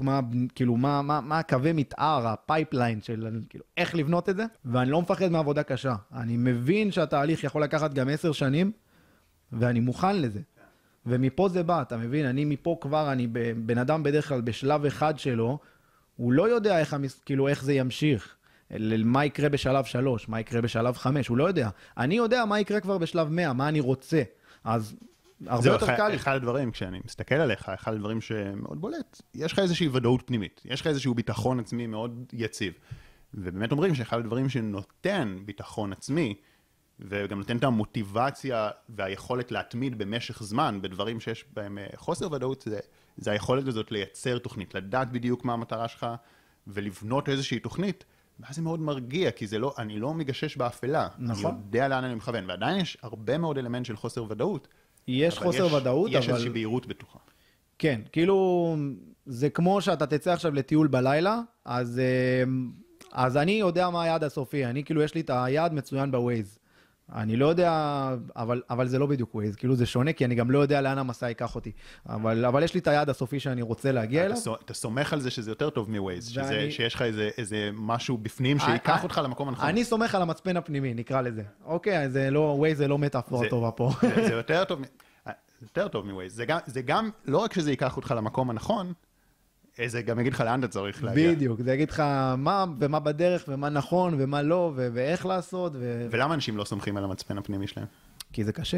מה הקווי מתאר, הפייפליין של כאילו, איך לבנות את זה, ואני לא מפחד מעבודה קשה. אני מבין שהתהליך יכול לקחת גם 10 שנים, ואני מוכן לזה. ומפה זה בא, אתה מבין? מפה כבר, בן אדם בדרך כלל בשלב אחד שלו, הוא לא יודע איך זה ימשיך. מה יקרה בשלב 3, מה יקרה בשלב 5, הוא לא יודע. אני יודע מה יקרה כבר בשלב 100, מה אני רוצה. אז הרבה יותר קל לי. אחד הדברים, כשאני מסתכל עליך, אחד הדברים שמאוד בולט, יש לך איזושהי ודאות פנימית, יש לך איזשהו ביטחון עצמי מאוד יציב. ובאמת אומרים שאחד הדברים שנותן ביטחון עצמי, וגם נותן את המוטיבציה והיכולת להתמיד במשך זמן, בדברים שיש בהם חוסר ודאות, זה היכולת הזאת לייצר תוכנית, לדעת בדיוק מה המטרה שלך, ולבנות איזושהי תוכנית, ואז זה מאוד מרגיע, כי אני לא מגשש באפלה. נכון. אני יודע לאן אני מכוון, ועדיין יש הרבה מאוד אלמנט של חוסר ודאות, יש חוסר ודאות, אבל... יש איזושהי בהירות בתוכה. כן, כאילו, זה כמו שאתה תצא עכשיו לטיול בלילה, אז אני יודע מה היעד הסופי, כאילו יש לי את היעד מצוין בווייז. אני לא יודע, אבל זה לא בדיוק ווייז, כאילו זה שונה, כי אני גם לא יודע לאן המסע ייקח אותי. אבל יש לי את היעד הסופי שאני רוצה להגיע אליו. אתה סומך על זה שזה יותר טוב מווייז, שיש לך איזה משהו בפנים שיקח אותך למקום הנכון. אני סומך על המצפן הפנימי, נקרא לזה. אוקיי, ווייז זה לא מטאפורה טובה פה. זה יותר טוב מווייז. זה גם, לא רק שזה ייקח אותך למקום הנכון, זה גם יגיד לך לאן אתה צריך להגיע. בדיוק, זה יגיד לך מה ומה בדרך ומה נכון ומה לא ואיך לעשות. ולמה אנשים לא סומכים על המצפן הפנימי שלהם? כי זה קשה.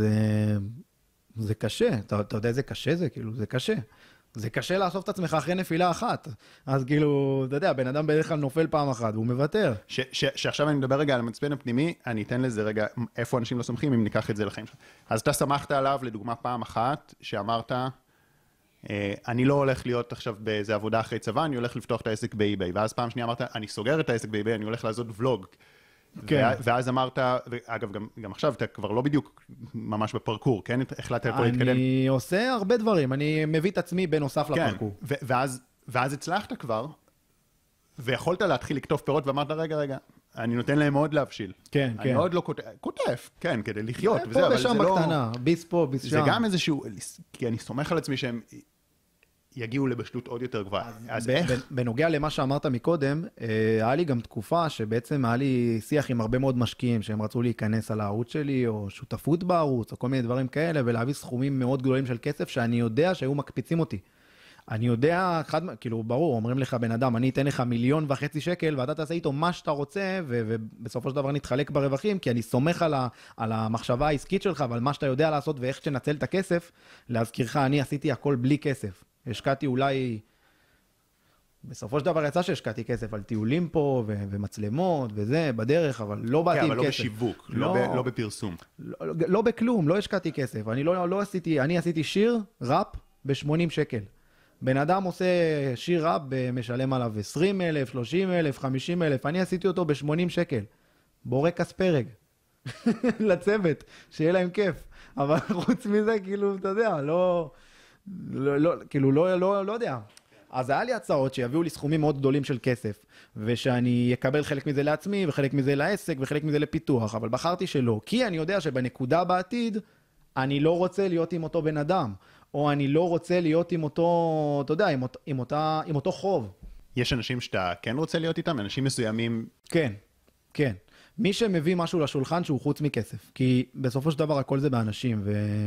זה קשה. אתה יודע איזה קשה זה? כאילו, זה קשה. זה קשה לאסוף את עצמך אחרי נפילה אחת. אז כאילו, אתה יודע, בן אדם בדרך כלל נופל פעם אחת והוא מוותר. שעכשיו אני מדבר רגע על המצפן הפנימי, אני אתן לזה רגע איפה אנשים לא סומכים אם ניקח את זה לחיים שלך. אז אתה שמחת עליו לדוגמה פעם אחת שאמרת, אני לא הולך להיות עכשיו באיזה עבודה אחרי צבא, אני הולך לפתוח את העסק באי-ביי. ואז פעם שנייה אמרת, אני סוגר את העסק באי-ביי, אני הולך לעשות ולוג. כן. ואז אמרת, אגב, גם עכשיו אתה כבר לא בדיוק ממש בפרקור, כן? החלטת פה להתקדם. אני עושה הרבה דברים, אני מביא את עצמי בנוסף לפרקור. ואז הצלחת כבר, ויכולת להתחיל לקטוף פירות, ואמרת, רגע, אני נותן להם עוד להבשיל. כן. אני עוד לא כותף, כן, כדי לחיות. פה ושם בקטנה, ביס פה, ביס שם. זה גם איזשהו, כי אני סומך על עצמי שהם יגיעו לבשלות עוד יותר גבוהה. אז איך? בנוגע למה שאמרת מקודם, היה לי גם תקופה שבעצם היה לי שיח עם הרבה מאוד משקיעים, שהם רצו להיכנס על הערוץ שלי, או שותפות בערוץ, או כל מיני דברים כאלה, ולהביא סכומים מאוד גדולים של כסף, שאני יודע שהיו מקפיצים אותי. אני יודע, כאילו, ברור, אומרים לך בן אדם, אני אתן לך 1.5 מיליון שקל, ואתה תעשה איתו מה שאתה רוצה, ובסופו של דבר נתחלק ברווחים, כי אני סומך על המחשבה העסקית שלך, ועל מה שאתה יודע לעשות, ואיך תנצל את הכסף. להזכירך, אני עשיתי הכל בלי כסף. השקעתי בסופו של דבר יצא שהשקעתי כסף על טיולים פה, ומצלמות, וזה, בדרך, אבל לא באתי עם כסף. כן, אבל לא בשיווק, לא בפרסום. לא בכלום, לא השקעתי כסף. אני עשיתי שיר, ראפ, ב-80 שקל. בן אדם עושה שיר ראפ, משלם עליו 20,000, 30,000, 50,000, אני עשיתי אותו ב-80 שקל. בורק אספרג. לצוות, שיהיה להם כיף. אבל חוץ מזה, כאילו, אתה יודע, לא יודע. אז היה לי הצעות שיביאו לי סכומים מאוד גדולים של כסף, ושאני אקבל חלק מזה לעצמי, וחלק מזה לעסק, וחלק מזה לפיתוח, אבל בחרתי שלא. כי אני יודע שבנקודה בעתיד, אני לא רוצה להיות עם אותו בן אדם, או אני לא רוצה להיות עם אותו, אתה יודע, עם אותו חוב. יש אנשים שאתה כן רוצה להיות איתם? אנשים מסוימים? כן, כן. מי שמביא משהו לשולחן שהוא חוץ מכסף. כי בסופו של דבר הכל זה באנשים,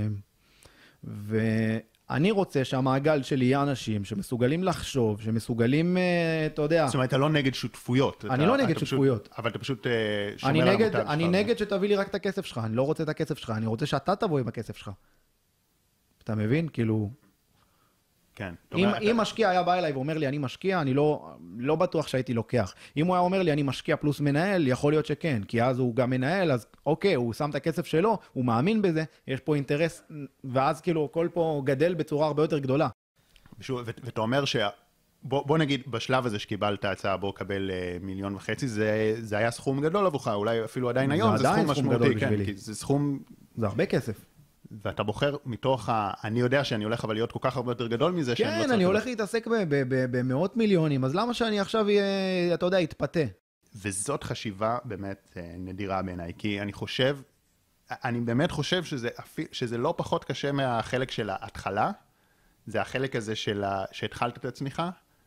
ואני רוצה שהמעגל שלי יהיה אנשים שמסוגלים לחשוב, שמסוגלים, אתה יודע... זאת אומרת, אתה לא נגד שותפויות. אני לא נגד שותפויות. אבל אתה פשוט שומר על המותג שלך. אני נגד שתביא לי רק את הכסף שלך, אני לא רוצה את הכסף שלך, אני רוצה שאתה תבוא עם הכסף שלך. אתה מבין? כאילו... כן. אם משקיע היה בא אליי ואומר לי, אני משקיע, אני לא בטוח שהייתי לוקח. אם הוא היה אומר לי, אני משקיע פלוס מנהל, יכול להיות שכן, כי אז הוא גם מנהל, אז אוקיי, הוא שם את הכסף שלו, הוא מאמין בזה, יש פה אינטרס, ואז כאילו הכל פה גדל בצורה הרבה יותר גדולה. ואתה אומר בוא נגיד, בשלב הזה שקיבלת הצעה, בוא קבל 1.5 מיליון, זה היה סכום גדול עבורך, אולי אפילו עדיין היום, זה סכום משמעותי, כן, כי זה סכום... זה הרבה כסף. ואתה בוחר מתוך אני יודע שאני הולך אבל להיות כל כך הרבה יותר גדול מזה שאני לא צריך... כן, אני הולך להתעסק במאות מיליונים, אז למה שאני עכשיו יהיה, אתה יודע, יתפתה? וזאת חשיבה באמת נדירה בעיניי, כי אני באמת חושב שזה לא פחות קשה מהחלק של ההתחלה, זה החלק הזה שהתחלת את עצמך,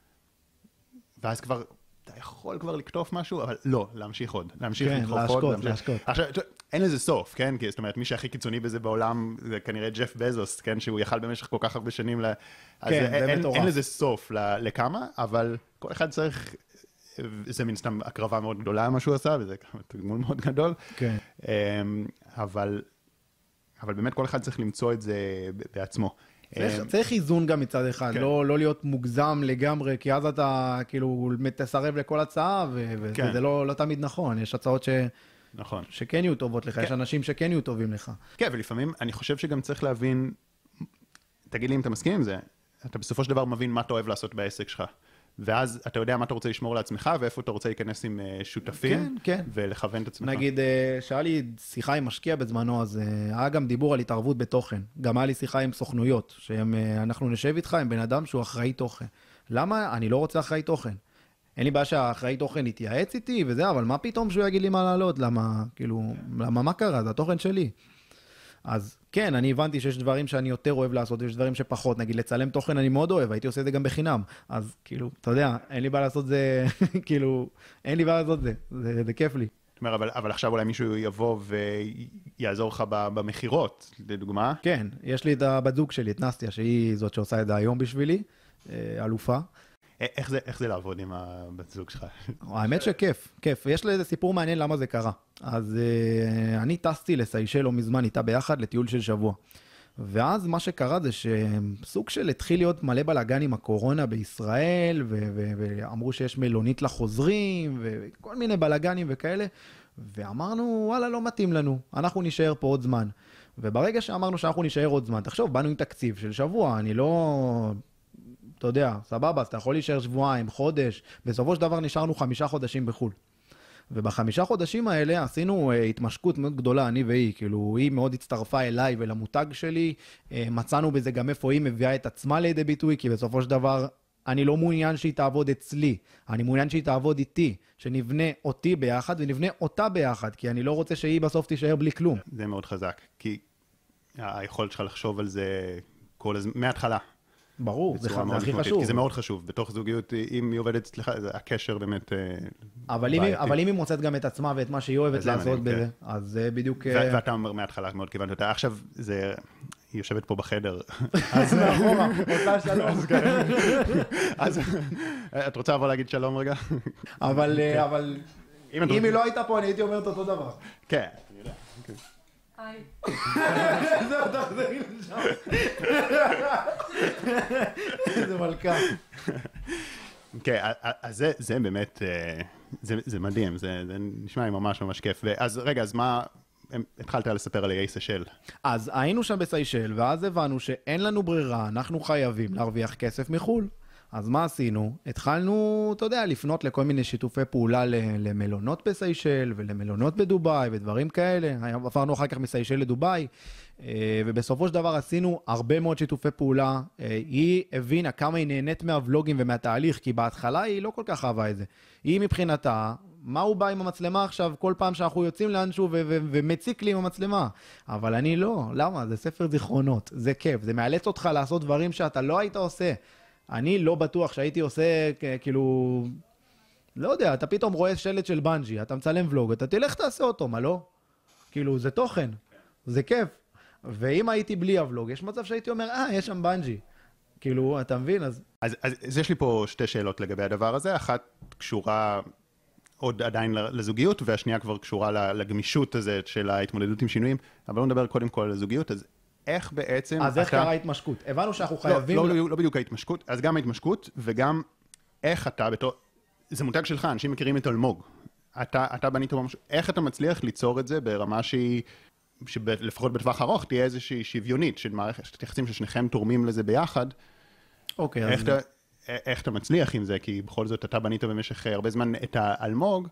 ואז כבר... אתה יכול כבר לקטוף משהו, אבל לא, להמשיך עוד. להמשיך לדחוף עוד. להשקות. עכשיו, אין לזה סוף, כן? כי זאת אומרת, מי שהכי קיצוני בזה בעולם, זה כנראה ג'ף בזוס, כן? שהוא יכל במשך כל כך הרבה שנים כן, זה מטורף. אין לזה סוף לכמה, אבל כל אחד צריך... זה מן סתם הקרבה מאוד גדולה מה שהוא עשה, וזה תגמול מאוד גדול. כן. אבל באמת כל אחד צריך למצוא את זה בעצמו. צריך איזון גם מצד אחד, לא להיות מוגזם לגמרי, כי אז אתה כאילו תסרב לכל הצעה, וזה לא תמיד נכון. יש הצעות שכן יהיו טובות לך, יש אנשים שכן יהיו טובים לך. כן, ולפעמים אני חושב שגם צריך להבין, תגיד לי אם אתה מסכים עם זה, אתה בסופו של דבר מבין מה אתה אוהב לעשות בעסק שלך. ואז אתה יודע מה אתה רוצה לשמור לעצמך, ואיפה אתה רוצה להיכנס עם שותפים, ולכוון את עצמך. נגיד, שהיה לי שיחה עם משקיע בזמנו, אז היה גם דיבור על התערבות בתוכן. גם היה לי שיחה עם סוכנויות, שאנחנו נשב איתך עם בן אדם שהוא אחראי תוכן. למה? אני לא רוצה אחראי תוכן. אין לי בעיה שהאחראי תוכן יתייעץ איתי וזה, אבל מה פתאום שהוא יגיד לי מה לעלות? למה, כאילו, מה קרה? זה התוכן שלי. אז כן, אני הבנתי שיש דברים שאני יותר אוהב לעשות, יש דברים שפחות, נגיד לצלם תוכן אני מאוד אוהב, הייתי עושה את זה גם בחינם, אז כאילו, אתה יודע, אין לי בעיה לעשות זה, כאילו, אין לי בעיה לעשות זה כיף לי. זאת אומרת, אבל עכשיו אולי מישהו יבוא ויעזור לך במחירות, לדוגמה? כן, יש לי את הבת זוג שלי, את נסטיה, שהיא זאת שעושה את זה היום בשבילי, אלופה. איך זה לעבוד עם הבת זוג שלך? האמת שכיף, כיף. יש לי איזה סיפור מעניין למה זה קרה. אז אני טסתי לסיישל לא מזמן איתה ביחד לטיול של שבוע. ואז מה שקרה זה שסוג של התחיל להיות מלא בלגן עם הקורונה בישראל, ואמרו שיש מלונית לחוזרים, וכל מיני בלגנים וכאלה. ואמרנו, וואלה, לא מתאים לנו, אנחנו נשאר פה עוד זמן. וברגע שאמרנו שאנחנו נשאר עוד זמן, תחשוב, באנו עם תקציב של שבוע, אני לא... אתה יודע, סבבה, אז אתה יכול להישאר שבועיים, חודש, בסופו של דבר נשארנו 5 חודשים בחול. וב5 חודשים האלה עשינו התמשקות מאוד גדולה, אני והיא, כאילו היא מאוד הצטרפה אליי ולמותג שלי, מצאנו בזה גם איפה היא מביאה את עצמה לידי ביטוי, כי בסופו של דבר אני לא מעוניין שהיא תעבוד אצלי, אני מעוניין שהיא תעבוד איתי, שנבנה אותי ביחד ונבנה אותה ביחד, כי אני לא רוצה שהיא בסוף תישאר בלי כלום. זה מאוד חזק, כי היכולת שלך לחשוב על זה מההתחלה. ברור, זה הכי חשוב. כי זה מאוד חשוב. בתוך זוגיות, אם היא עובדת אצלך, הקשר באמת אבל אם היא מוצאת גם את עצמה ואת מה שהיא אוהבת לעשות בזה, אז זה בדיוק... ואתה אומר מההתחלה, מאוד כיוונת אותה. עכשיו, היא יושבת פה בחדר. אז מאחורה, אותה שלום. אז את רוצה לבוא להגיד שלום רגע? אבל אם היא לא הייתה פה, אני הייתי אומרת אותו דבר. כן, אני יודע. היי. זהו, תחזרי לשם. איזה מלכה. כן, אז זה באמת, זה מדהים, זה נשמע לי ממש ממש כיף. אז רגע, אז מה, התחלת לספר על איי סיישל. אז היינו שם בסיישל, ואז הבנו שאין לנו ברירה, אנחנו חייבים להרוויח כסף מחול. אז מה עשינו? התחלנו, אתה יודע, לפנות לכל מיני שיתופי פעולה למלונות בסיישל, ולמלונות בדוביי, ודברים כאלה. עברנו אחר כך מסיישל לדוביי, ובסופו של דבר עשינו הרבה מאוד שיתופי פעולה. היא הבינה כמה היא נהנית מהוולוגים ומהתהליך, כי בהתחלה היא לא כל כך אהבה את זה. היא מבחינתה, מה הוא בא עם המצלמה עכשיו, כל פעם שאנחנו יוצאים לאנשהו ומציק לי עם המצלמה. אבל אני לא, למה? זה ספר זיכרונות, זה כיף, זה מאלץ אותך לעשות דברים שאתה לא היית עושה. אני לא בטוח שהייתי עושה, כאילו, לא יודע, אתה פתאום רואה שלט של בנג'י, אתה מצלם ולוג, אתה תלך תעשה אותו, מה לא? כאילו, זה תוכן, זה כיף. ואם הייתי בלי הוולוג, יש מצב שהייתי אומר, יש שם בנג'י. כאילו, אתה מבין? אז יש לי פה שתי שאלות לגבי הדבר הזה, אחת קשורה עוד עדיין לזוגיות, והשנייה כבר קשורה לגמישות הזאת של ההתמודדות עם שינויים, אבל לא נדבר קודם כל על הזוגיות, אז איך בעצם... אז איך קרה ההתמשקות? הבנו שאנחנו חייבים... לא בדיוק ההתמשקות, אז גם ההתמשקות, וגם איך אתה בתור... זה מותג שלך, אנשים מכירים את אלמוג. אתה בנית ממש... איך אתה מצליח ליצור את זה ברמה שהיא... שלפחות בטווח ארוך תהיה איזושהי שוויונית של מערכת יחסים ששניכם תורמים לזה ביחד. אוקיי, אז... איך אתה מצליח עם זה? כי בכל זאת אתה בנית במשך הרבה זמן את האלמוג,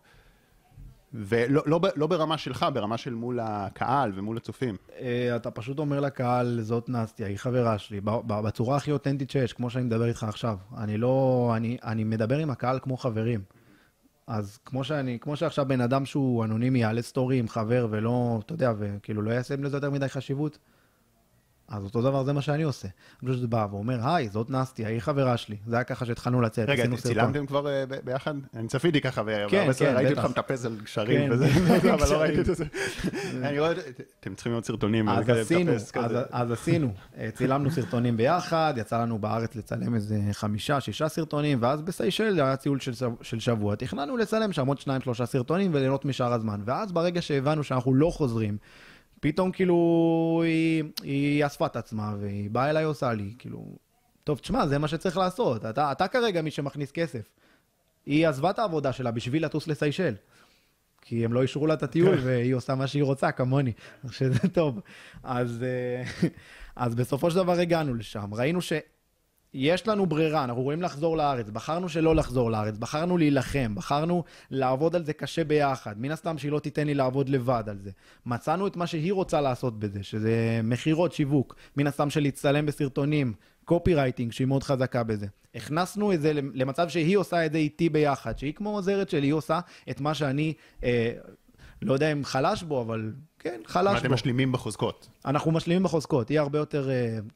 ולא ברמה שלך, ברמה של מול הקהל ומול הצופים. אתה פשוט אומר לקהל, זאת נסטיה, היא חברה שלי, בצורה הכי אותנטית שיש, כמו שאני מדבר איתך עכשיו. אני מדבר עם הקהל כמו חברים. אז כמו שעכשיו בן אדם שהוא אנונימי, יעלה סטורי עם חבר ולא, אתה יודע, וכאילו לא יעשה לזה יותר מדי חשיבות, אז אותו דבר זה מה שאני עושה. אני חושב שזה בא ואומר, היי, זאת נסטיה, היא חברה שלי. זה היה ככה שהתחלנו לצאת. רגע, צילמתם כבר ביחד? אני צפיתי ככה, ראיתי אותך מטפס על קשרים וזה, אבל לא ראיתי את זה. אני רואה, אתם צריכים להיות סרטונים. אז עשינו, צילמנו סרטונים ביחד, יצא לנו בארץ לצלם איזה 5-6 סרטונים, ואז בסיישל היה ציול של שבוע. תכננו לצלם שם עוד 2-3 סרטונים וליהנות משאר הזמן. ואז ברגע שהבנו שאנחנו לא חוזרים, פתאום כאילו היא אספה את עצמה, והיא באה אליי עושה לי, כאילו, טוב, תשמע, זה מה שצריך לעשות, אתה כרגע מי שמכניס כסף. היא עזבה את העבודה שלה בשביל לטוס לסיישל, כי הם לא אישרו לה את הטיול, והיא עושה מה שהיא רוצה, כמוני, שזה טוב. אז בסופו של דבר הגענו לשם, ראינו יש לנו ברירה, אנחנו רואים לחזור לארץ, בחרנו שלא לחזור לארץ, בחרנו להילחם, בחרנו לעבוד על זה קשה ביחד, מן הסתם שהיא לא תיתן לי לעבוד לבד על זה. מצאנו את מה שהיא רוצה לעשות בזה, שזה מחירות, שיווק, מן הסתם של להצטלם בסרטונים, קופי רייטינג, שהיא מאוד חזקה בזה. הכנסנו את זה למצב שהיא עושה את זה איתי ביחד, שהיא כמו עוזרת שלי, היא עושה את מה שאני, לא יודע אם חלש בו, אבל כן, חלש בו. אתם משלימים בחוזקות. אנחנו משלימים בחוזקות, היא הרבה יותר...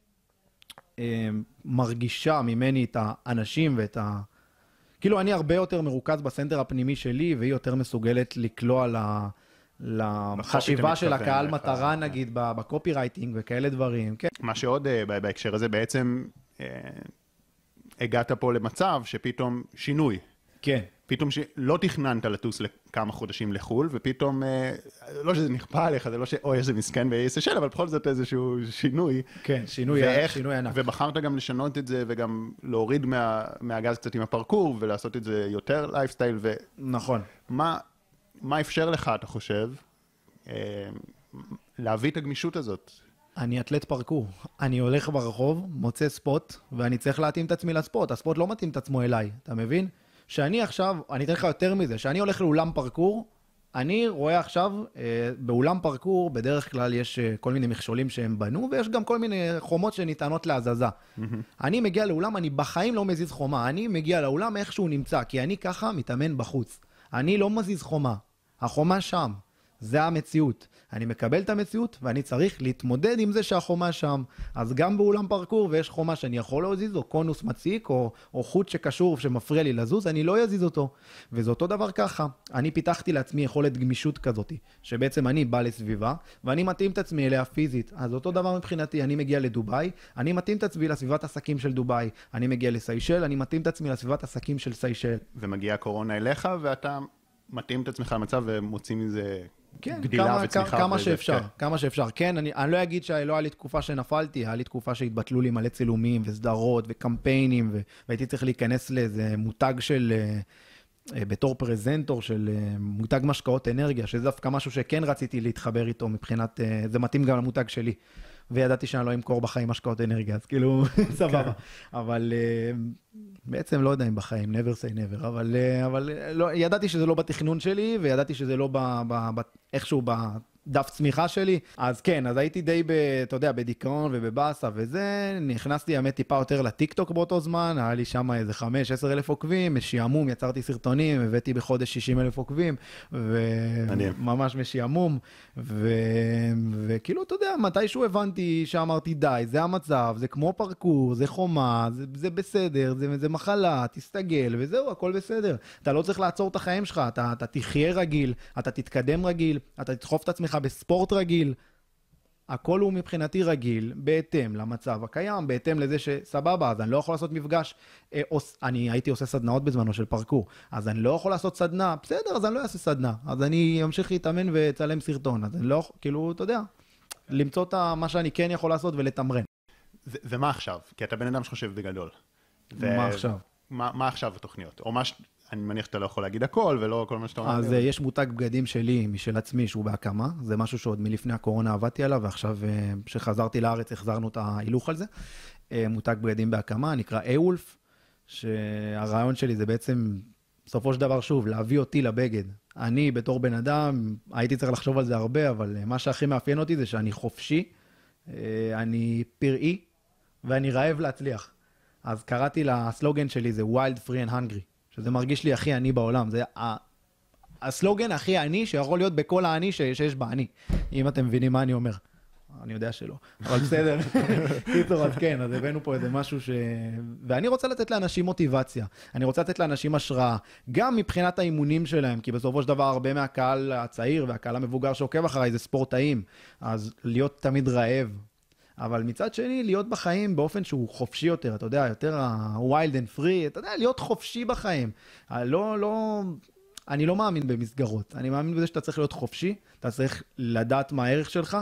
מרגישה ממני את האנשים ואת כאילו אני הרבה יותר מרוכז בסנטר הפנימי שלי, והיא יותר מסוגלת לקלוע לחשיבה של הקהל מטרה, נגיד, בקופי רייטינג וכאלה דברים. כן. מה שעוד בהקשר הזה, בעצם הגעת פה למצב שפתאום שינוי. כן. פתאום שלא תכננת לטוס לכמה חודשים לחול, ופתאום, לא שזה נכפה עליך, זה לא אוי, איזה מסכן ב-ASL, אבל בכל זאת איזשהו שינוי. כן, שינוי ענק. ובחרת גם לשנות את זה, וגם להוריד מהגז קצת עם הפרקור, ולעשות את זה יותר לייפסטייל. נכון. מה אפשר לך, אתה חושב, להביא את הגמישות הזאת? אני אתלט פרקור. אני הולך ברחוב, מוצא ספוט, ואני צריך להתאים את עצמי לספוט. הספוט לא מתאים את עצמו אליי, אתה מבין? שאני עכשיו, אני אתן לך יותר מזה, שאני הולך לאולם פרקור, אני רואה עכשיו, באולם פרקור, בדרך כלל יש כל מיני מכשולים שהם בנו, ויש גם כל מיני חומות שניתנות להזזה. אני מגיע לאולם, אני בחיים לא מזיז חומה, אני מגיע לאולם איך שהוא נמצא, כי אני ככה מתאמן בחוץ. אני לא מזיז חומה, החומה שם. זה המציאות. אני מקבל את המציאות, ואני צריך להתמודד עם זה שהחומה שם. אז גם באולם פרקור, ויש חומה שאני יכול להזיז, או קונוס מציק, או חוט שקשור שמפריע לי לזוז, אני לא יזיז אותו. וזה אותו דבר ככה. אני פיתחתי לעצמי יכולת גמישות כזאת, שבעצם אני בא לסביבה, ואני מתאים את עצמי אליה פיזית. אז אותו דבר מבחינתי, אני מגיע לדוביי, אני מתאים את עצמי לסביבת עסקים של דוביי. אני מגיע לסיישל, אני מתאים את עצמי לסביבת עסקים של סיישל. ומגיעה הקורונה אליך, ואתה מתאים את עצמך למצב ומוצאים מזה כן, גדילה וצמיחה. כמה שאפשר, כמה שאפשר. כן, אני לא אגיד שלא היה לי תקופה שנפלתי, היה לי תקופה שהתבטלו לי מלא צילומים וסדרות וקמפיינים, והייתי צריך להיכנס לאיזה מותג של, בתור פרזנטור של מותג משקאות אנרגיה, שזה דווקא משהו שכן רציתי להתחבר איתו מבחינת, זה מתאים גם למותג שלי. וידעתי שאני לא אמכור בחיים משקאות אנרגיה, אז כאילו, סבבה. אבל בעצם לא יודע אם בחיים, never say never, אבל לא, ידעתי שזה לא בתכנון שלי, וידעתי שזה לא איכשהו בדף צמיחה שלי. אז כן, אז הייתי די, אתה יודע, בדיכאון ובבאסה וזה, נכנסתי האמת טיפה יותר לטיקטוק באותו זמן, היה לי שם איזה 5-10 אלף עוקבים, משעמום, יצרתי סרטונים, הבאתי בחודש 60 אלף עוקבים, וממש משעמום, וכאילו, אתה יודע, מתישהו הבנתי שאמרתי, די, זה המצב, זה כמו פרקור, זה חומה, זה בסדר, זה מחלה, תסתגל, וזהו, הכל בסדר. אתה לא צריך לעצור את החיים שלך, אתה תחיה רגיל, אתה תתקדם רגיל, אתה תדחוף את עצמך בספורט רגיל, הכל הוא מבחינתי רגיל, בהתאם למצב הקיים, בהתאם לזה שסבבה, אז אני לא יכול לעשות מפגש, אני הייתי עושה סדנאות בזמנו של פרקור, אז אני לא יכול לעשות סדנה, בסדר, אז אני לא אעשה סדנה, אז אני אמשיך להתאמן וצלם סרטון, אז אני לא, כאילו, אתה יודע, למצוא את מה שאני כן יכול לעשות ולתמרן. ומה עכשיו? כי אתה בן אדם שחושב בגדול. מה עכשיו? מה עכשיו התוכניות? או אני מניח שאתה לא יכול להגיד הכל, ולא כל מה שאתה אומר. אז יש מותג בגדים שלי, משל עצמי, שהוא בהקמה. זה משהו שעוד מלפני הקורונה עבדתי עליו, ועכשיו שחזרתי לארץ, החזרנו את ההילוך על זה. מותג בגדים בהקמה, נקרא A-Wolf, שהרעיון שלי זה בעצם, בסופו של דבר, שוב, להביא אותי לבגד. אני, בתור בן אדם, הייתי צריך לחשוב על זה הרבה, אבל מה שהכי מאפיין אותי זה שאני חופשי, אני פראי, ואני רעב להצליח. אז קראתי לסלוגן שלי, זה Wild, Free and Hungry. שזה מרגיש לי הכי עני בעולם, זה הסלוגן הכי עני שיכול להיות בכל העני שיש בעני, אם אתם מבינים מה אני אומר. אני יודע שלא, אבל בסדר. קיצור, אז כן, אז הבאנו פה איזה משהו ואני רוצה לתת לאנשים מוטיבציה, אני רוצה לתת לאנשים השראה, גם מבחינת האימונים שלהם, כי בסופו של דבר הרבה מהקהל הצעיר והקהל המבוגר שעוקב אחריי זה ספורטאים, אז להיות תמיד רעב. אבל מצד שני, להיות בחיים באופן שהוא חופשי יותר, אתה יודע, יותר wild and free, אתה יודע, להיות חופשי בחיים. אני לא מאמין במסגרות, אני מאמין בזה שאתה צריך להיות חופשי, אתה צריך לדעת מה הערך שלך,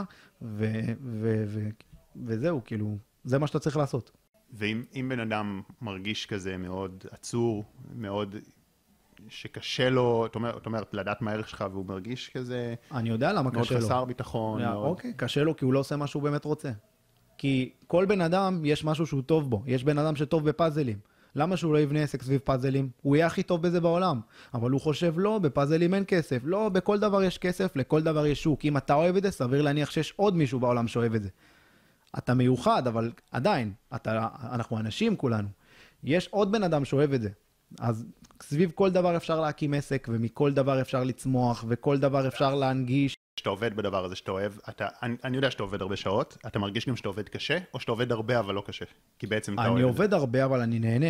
וזהו, כאילו, זה מה שאתה צריך לעשות. ואם בן אדם מרגיש כזה מאוד עצור, מאוד שקשה לו, את אומרת, לדעת מה הערך שלך, והוא מרגיש כזה... אני יודע למה קשה לו. מאוד חסר ביטחון. אוקיי, קשה לו כי הוא לא עושה מה שהוא באמת רוצה. כי כל בן אדם יש משהו שהוא טוב בו. יש בן אדם שטוב בפאזלים. למה שהוא לא יבנה עסק סביב פאזלים? הוא יהיה הכי טוב בזה בעולם. אבל הוא חושב, לא, בפאזלים אין כסף. לא, בכל דבר יש כסף, לכל דבר יש שוק. אם אתה אוהב את זה, סביר להניח שיש עוד מישהו בעולם שאוהב את זה. אתה מיוחד, אבל עדיין, אנחנו אנשים כולנו. יש עוד בן אדם שאוהב את זה. אז סביב כל דבר אפשר להקים עסק, ומכל דבר אפשר לצמוח, וכל דבר אפשר להנגיש. שאתה עובד בדבר הזה שאתה אוהב, אני יודע שאתה עובד הרבה שעות, אתה מרגיש גם שאתה עובד קשה, או שאתה עובד הרבה אבל לא קשה? כי בעצם אתה אוהב את זה. אני עובד הרבה אבל אני נהנה.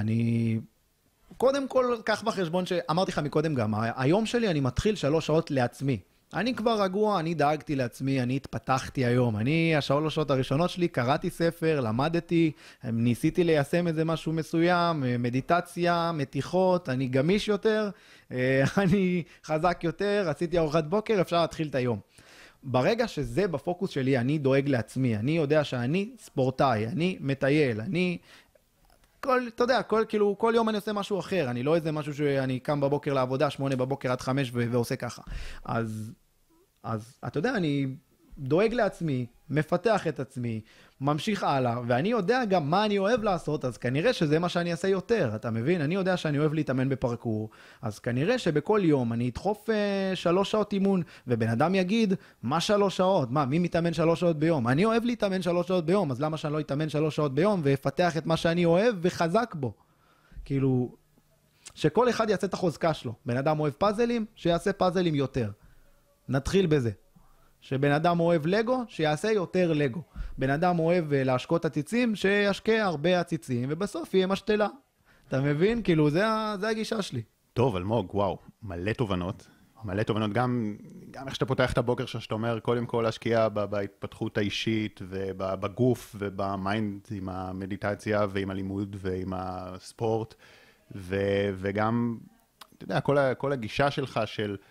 קודם כל, קח בחשבון שאמרתי לך מקודם גם, היום שלי אני מתחיל 3 שעות לעצמי. אני כבר רגוע, אני דאגתי לעצמי, אני התפתחתי היום. השלוש שעות הראשונות שלי, קראתי ספר, למדתי, ניסיתי ליישם איזה משהו מסוים, מדיטציה, מתיחות, אני גמיש יותר, אני חזק יותר, עשיתי ארוחת בוקר, אפשר להתחיל את היום. ברגע שזה בפוקוס שלי, אני דואג לעצמי, אני יודע שאני ספורטאי, אני מטייל, אתה יודע, כל יום אני עושה משהו אחר, אני לא איזה משהו שאני קם בבוקר לעבודה, 8 בבוקר עד 5 ועושה ככה. אז אתה יודע, אני דואג לעצמי, מפתח את עצמי, ממשיך הלאה, ואני יודע גם מה אני אוהב לעשות, אז כנראה שזה מה שאני אעשה יותר, אתה מבין? אני יודע שאני אוהב להתאמן בפרקור, אז כנראה שבכל יום אני אדחוף 3 שעות אימון, ובן אדם יגיד, מה 3 שעות? מי מתאמן 3 שעות ביום? אני אוהב להתאמן 3 שעות ביום, אז למה שאני לא אתאמן 3 שעות ביום, ואפתח את מה שאני אוהב וחזק בו? כאילו, שכל אחד יעשה את החוזקה שלו. בן אדם אוהב פאזלים, שיעשה פאזלים יותר. נתחיל בזה. שבן אדם אוהב לגו, שיעשה יותר לגו. בן אדם אוהב להשקות עציצים, שישקה הרבה עציצים, ובסוף יהיה משתלה. אתה מבין? כאילו, זה הגישה שלי. טוב, אלמוג, וואו, מלא תובנות. מלא תובנות, גם איך שאתה פותח את הבוקר שאתה אומר, קודם כל להשקיע בהתפתחות האישית, ובגוף, ובמיינד, עם המדיטציה, ועם הלימוד, ועם הספורט, וגם, אתה יודע, כל הגישה שלך של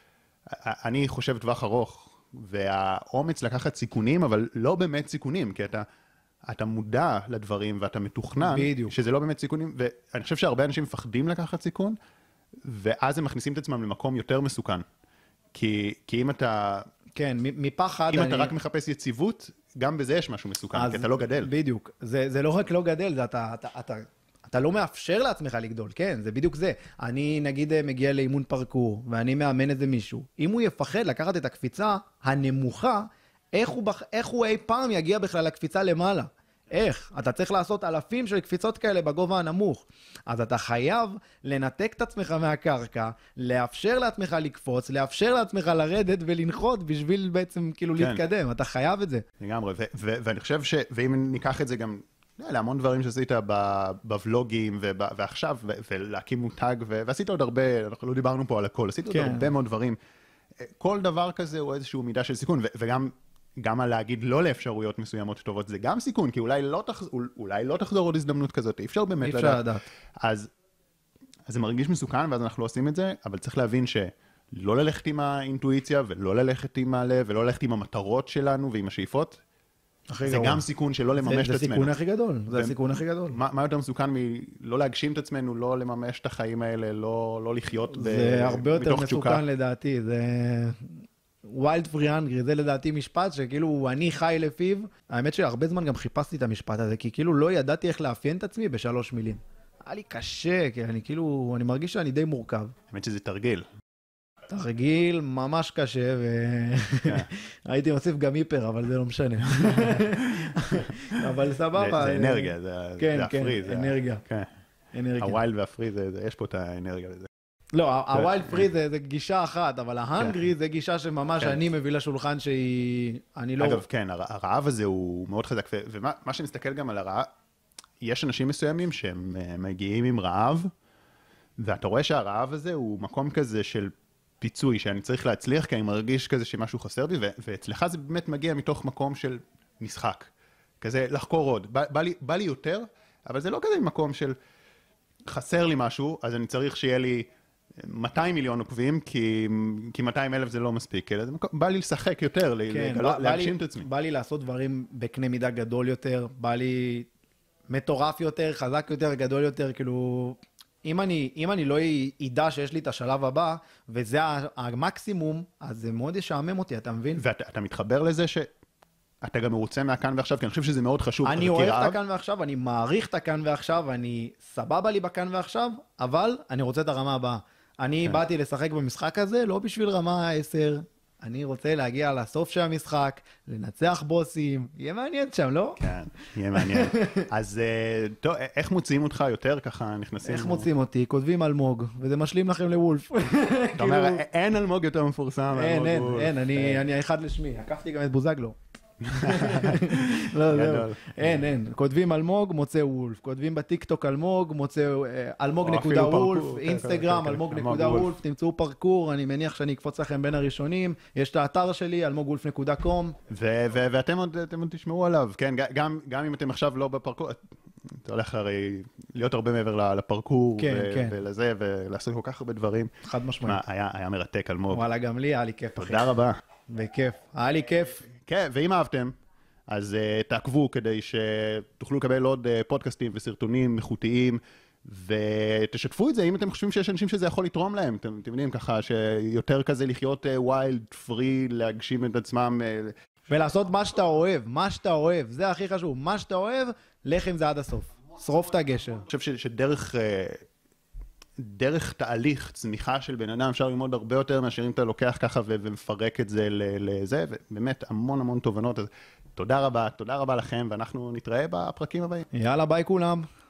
אני חושב טווח ארוך, והאומץ לקחת סיכונים, אבל לא באמת סיכונים, כי אתה מודע לדברים ואתה מתוכנן, בדיוק. שזה לא באמת סיכונים, ואני חושב שהרבה אנשים מפחדים לקחת סיכון, ואז הם מכניסים את עצמם למקום יותר מסוכן. כי אם אתה... כן, מפחד... אם אתה רק מחפש יציבות, גם בזה יש משהו מסוכן, כי אתה לא גדל. בדיוק. זה לא רק לא גדל, זה אתה לא מאפשר לעצמך לגדול, כן, זה בדיוק זה. אני נגיד מגיע לאימון פרקור, ואני מאמן איזה מישהו. אם הוא יפחד לקחת את הקפיצה הנמוכה, איך הוא אי פעם יגיע בכלל לקפיצה למעלה? איך? אתה צריך לעשות אלפים של קפיצות כאלה בגובה הנמוך. אז אתה חייב לנתק את עצמך מהקרקע, לאפשר לעצמך לקפוץ, לאפשר לעצמך לרדת ולנחות בשביל בעצם כאילו להתקדם. אתה חייב את זה. לגמרי, ואני חושב ואם ניקח את זה גם להמון דברים שעשית בוולוגים ועכשיו, ולהקים מותג, ועשית עוד הרבה, אנחנו לא דיברנו פה על הכל, עשית עוד הרבה מאוד דברים. כל דבר כזה הוא איזשהו מידה של סיכון, וגם על להגיד לא לאפשרויות מסוימות טובות, זה גם סיכון, כי אולי לא תחזור עוד הזדמנות כזאת, אי אפשר באמת לדעת. אז זה מרגיש מסוכן, ואז אנחנו לא עושים את זה, אבל צריך להבין שלא ללכת עם האינטואיציה, ולא ללכת עם הלב, ולא ללכת עם המטרות שלנו ועם השאיפות, זה גם סיכון שלא לממש את עצמנו. זה סיכון הכי גדול, זה הסיכון הכי גדול. מה יותר מסוכן מלא להגשים את עצמנו, לא לממש את החיים האלה, לא לחיות מתוך תשוקה? זה הרבה יותר מסוכן לדעתי, זה wild free hungry, זה לדעתי משפט שכאילו אני חי לפיו. האמת שהרבה זמן גם חיפשתי את המשפט הזה, כי כאילו לא ידעתי איך לאפיין את עצמי בשלוש מילים. היה לי קשה, כי אני מרגיש שאני די מורכב. האמת שזה תרגיל. תרגיל ממש קשה, והייתי מוסיף גם היפר, אבל זה לא משנה. אבל סבבה. זה אנרגיה, זה הפרי. כן, אנרגיה. הווילד והפרי, יש פה את האנרגיה לזה. לא, הווילד פרי זה גישה אחת, אבל ההנגרי זה גישה שממש אני מביא לשולחן שהיא... אגב, כן, הרעב הזה הוא מאוד חזק, ומה שנסתכל גם על הרעב, יש אנשים מסוימים שהם מגיעים עם רעב, ואתה רואה שהרעב הזה הוא מקום כזה של פיצוי, שאני צריך להצליח, כי אני מרגיש כזה שמשהו חסר בי, ואצלך זה באמת מגיע מתוך מקום של משחק. כזה לחקור עוד. בא לי יותר, אבל זה לא כזה מקום של חסר לי משהו, אז אני צריך שיהיה לי 200 מיליון עוקבים, כי 200,000 זה לא מספיק. בא לי לשחק יותר, להגשים את עצמי. בא לי לעשות דברים בקנה מידה גדול יותר, בא לי מטורף יותר, חזק יותר, גדול יותר, כאילו... אם אני לא ידע שיש לי את השלב הבא, וזה המקסימום, אז זה מאוד ישעמם אותי, אתה מבין? ואתה מתחבר לזה שאתה גם מרוצה מהכאן ועכשיו, כי אני חושב שזה מאוד חשוב. אני אוהב את הכאן ועכשיו, אני מעריך את הכאן ועכשיו, אני סבבה לי בכאן ועכשיו, אבל אני רוצה את הרמה הבאה. אני באתי לשחק במשחק הזה, לא בשביל רמה 10, אני רוצה להגיע לסוף של המשחק, לנצח בוסים, יהיה מעניין שם, לא? כן, יהיה מעניין. אז טוב, איך מוציאים אותך יותר ככה נכנסים? איך מוציאים אותי? כותבים אלמוג, וזה משלים לכם לוולף. אתה אומר, אין אלמוג יותר מפורסם. אין, אני האחד לשמי, עקפתי גם את בוזגלו. לא, זהו. אין. כותבים אלמוג, מוצא וולף. כותבים בטיקטוק אלמוג, מוצא אלמוג.וולף, אינסטגרם, אלמוג.וולף, תמצאו פרקור, אני מניח שאני אקפוץ לכם בין הראשונים. יש את האתר שלי, אלמוגוולף.com. ואתם עוד תשמעו עליו, כן, גם אם אתם עכשיו לא בפרקור, אתה הולך הרי להיות הרבה מעבר לפרקור ולזה, ולעשות כל כך הרבה דברים. חד משמעית. היה מרתק אלמוג. וואלה, גם לי היה לי כיף, אחי. תודה רבה. בכיף. היה לי כיף. כן, ואם אהבתם, אז תעקבו כדי שתוכלו לקבל עוד פודקאסטים וסרטונים איכותיים, ותשתפו את זה אם אתם חושבים שיש אנשים שזה יכול לתרום להם. אתם יודעים ככה שיותר כזה לחיות ווילד, פרי, להגשים את עצמם. ולעשות מה שאתה אוהב, זה הכי חשוב. מה שאתה אוהב, לך עם זה עד הסוף. שרוף את הגשר. אני חושב דרך תהליך צמיחה של בן אדם אפשר ללמוד הרבה יותר מאשר אם אתה לוקח ככה ומפרק את זה לזה, ובאמת המון תובנות. אז תודה רבה לכם, ואנחנו נתראה בפרקים הבאים. יאללה, ביי כולם.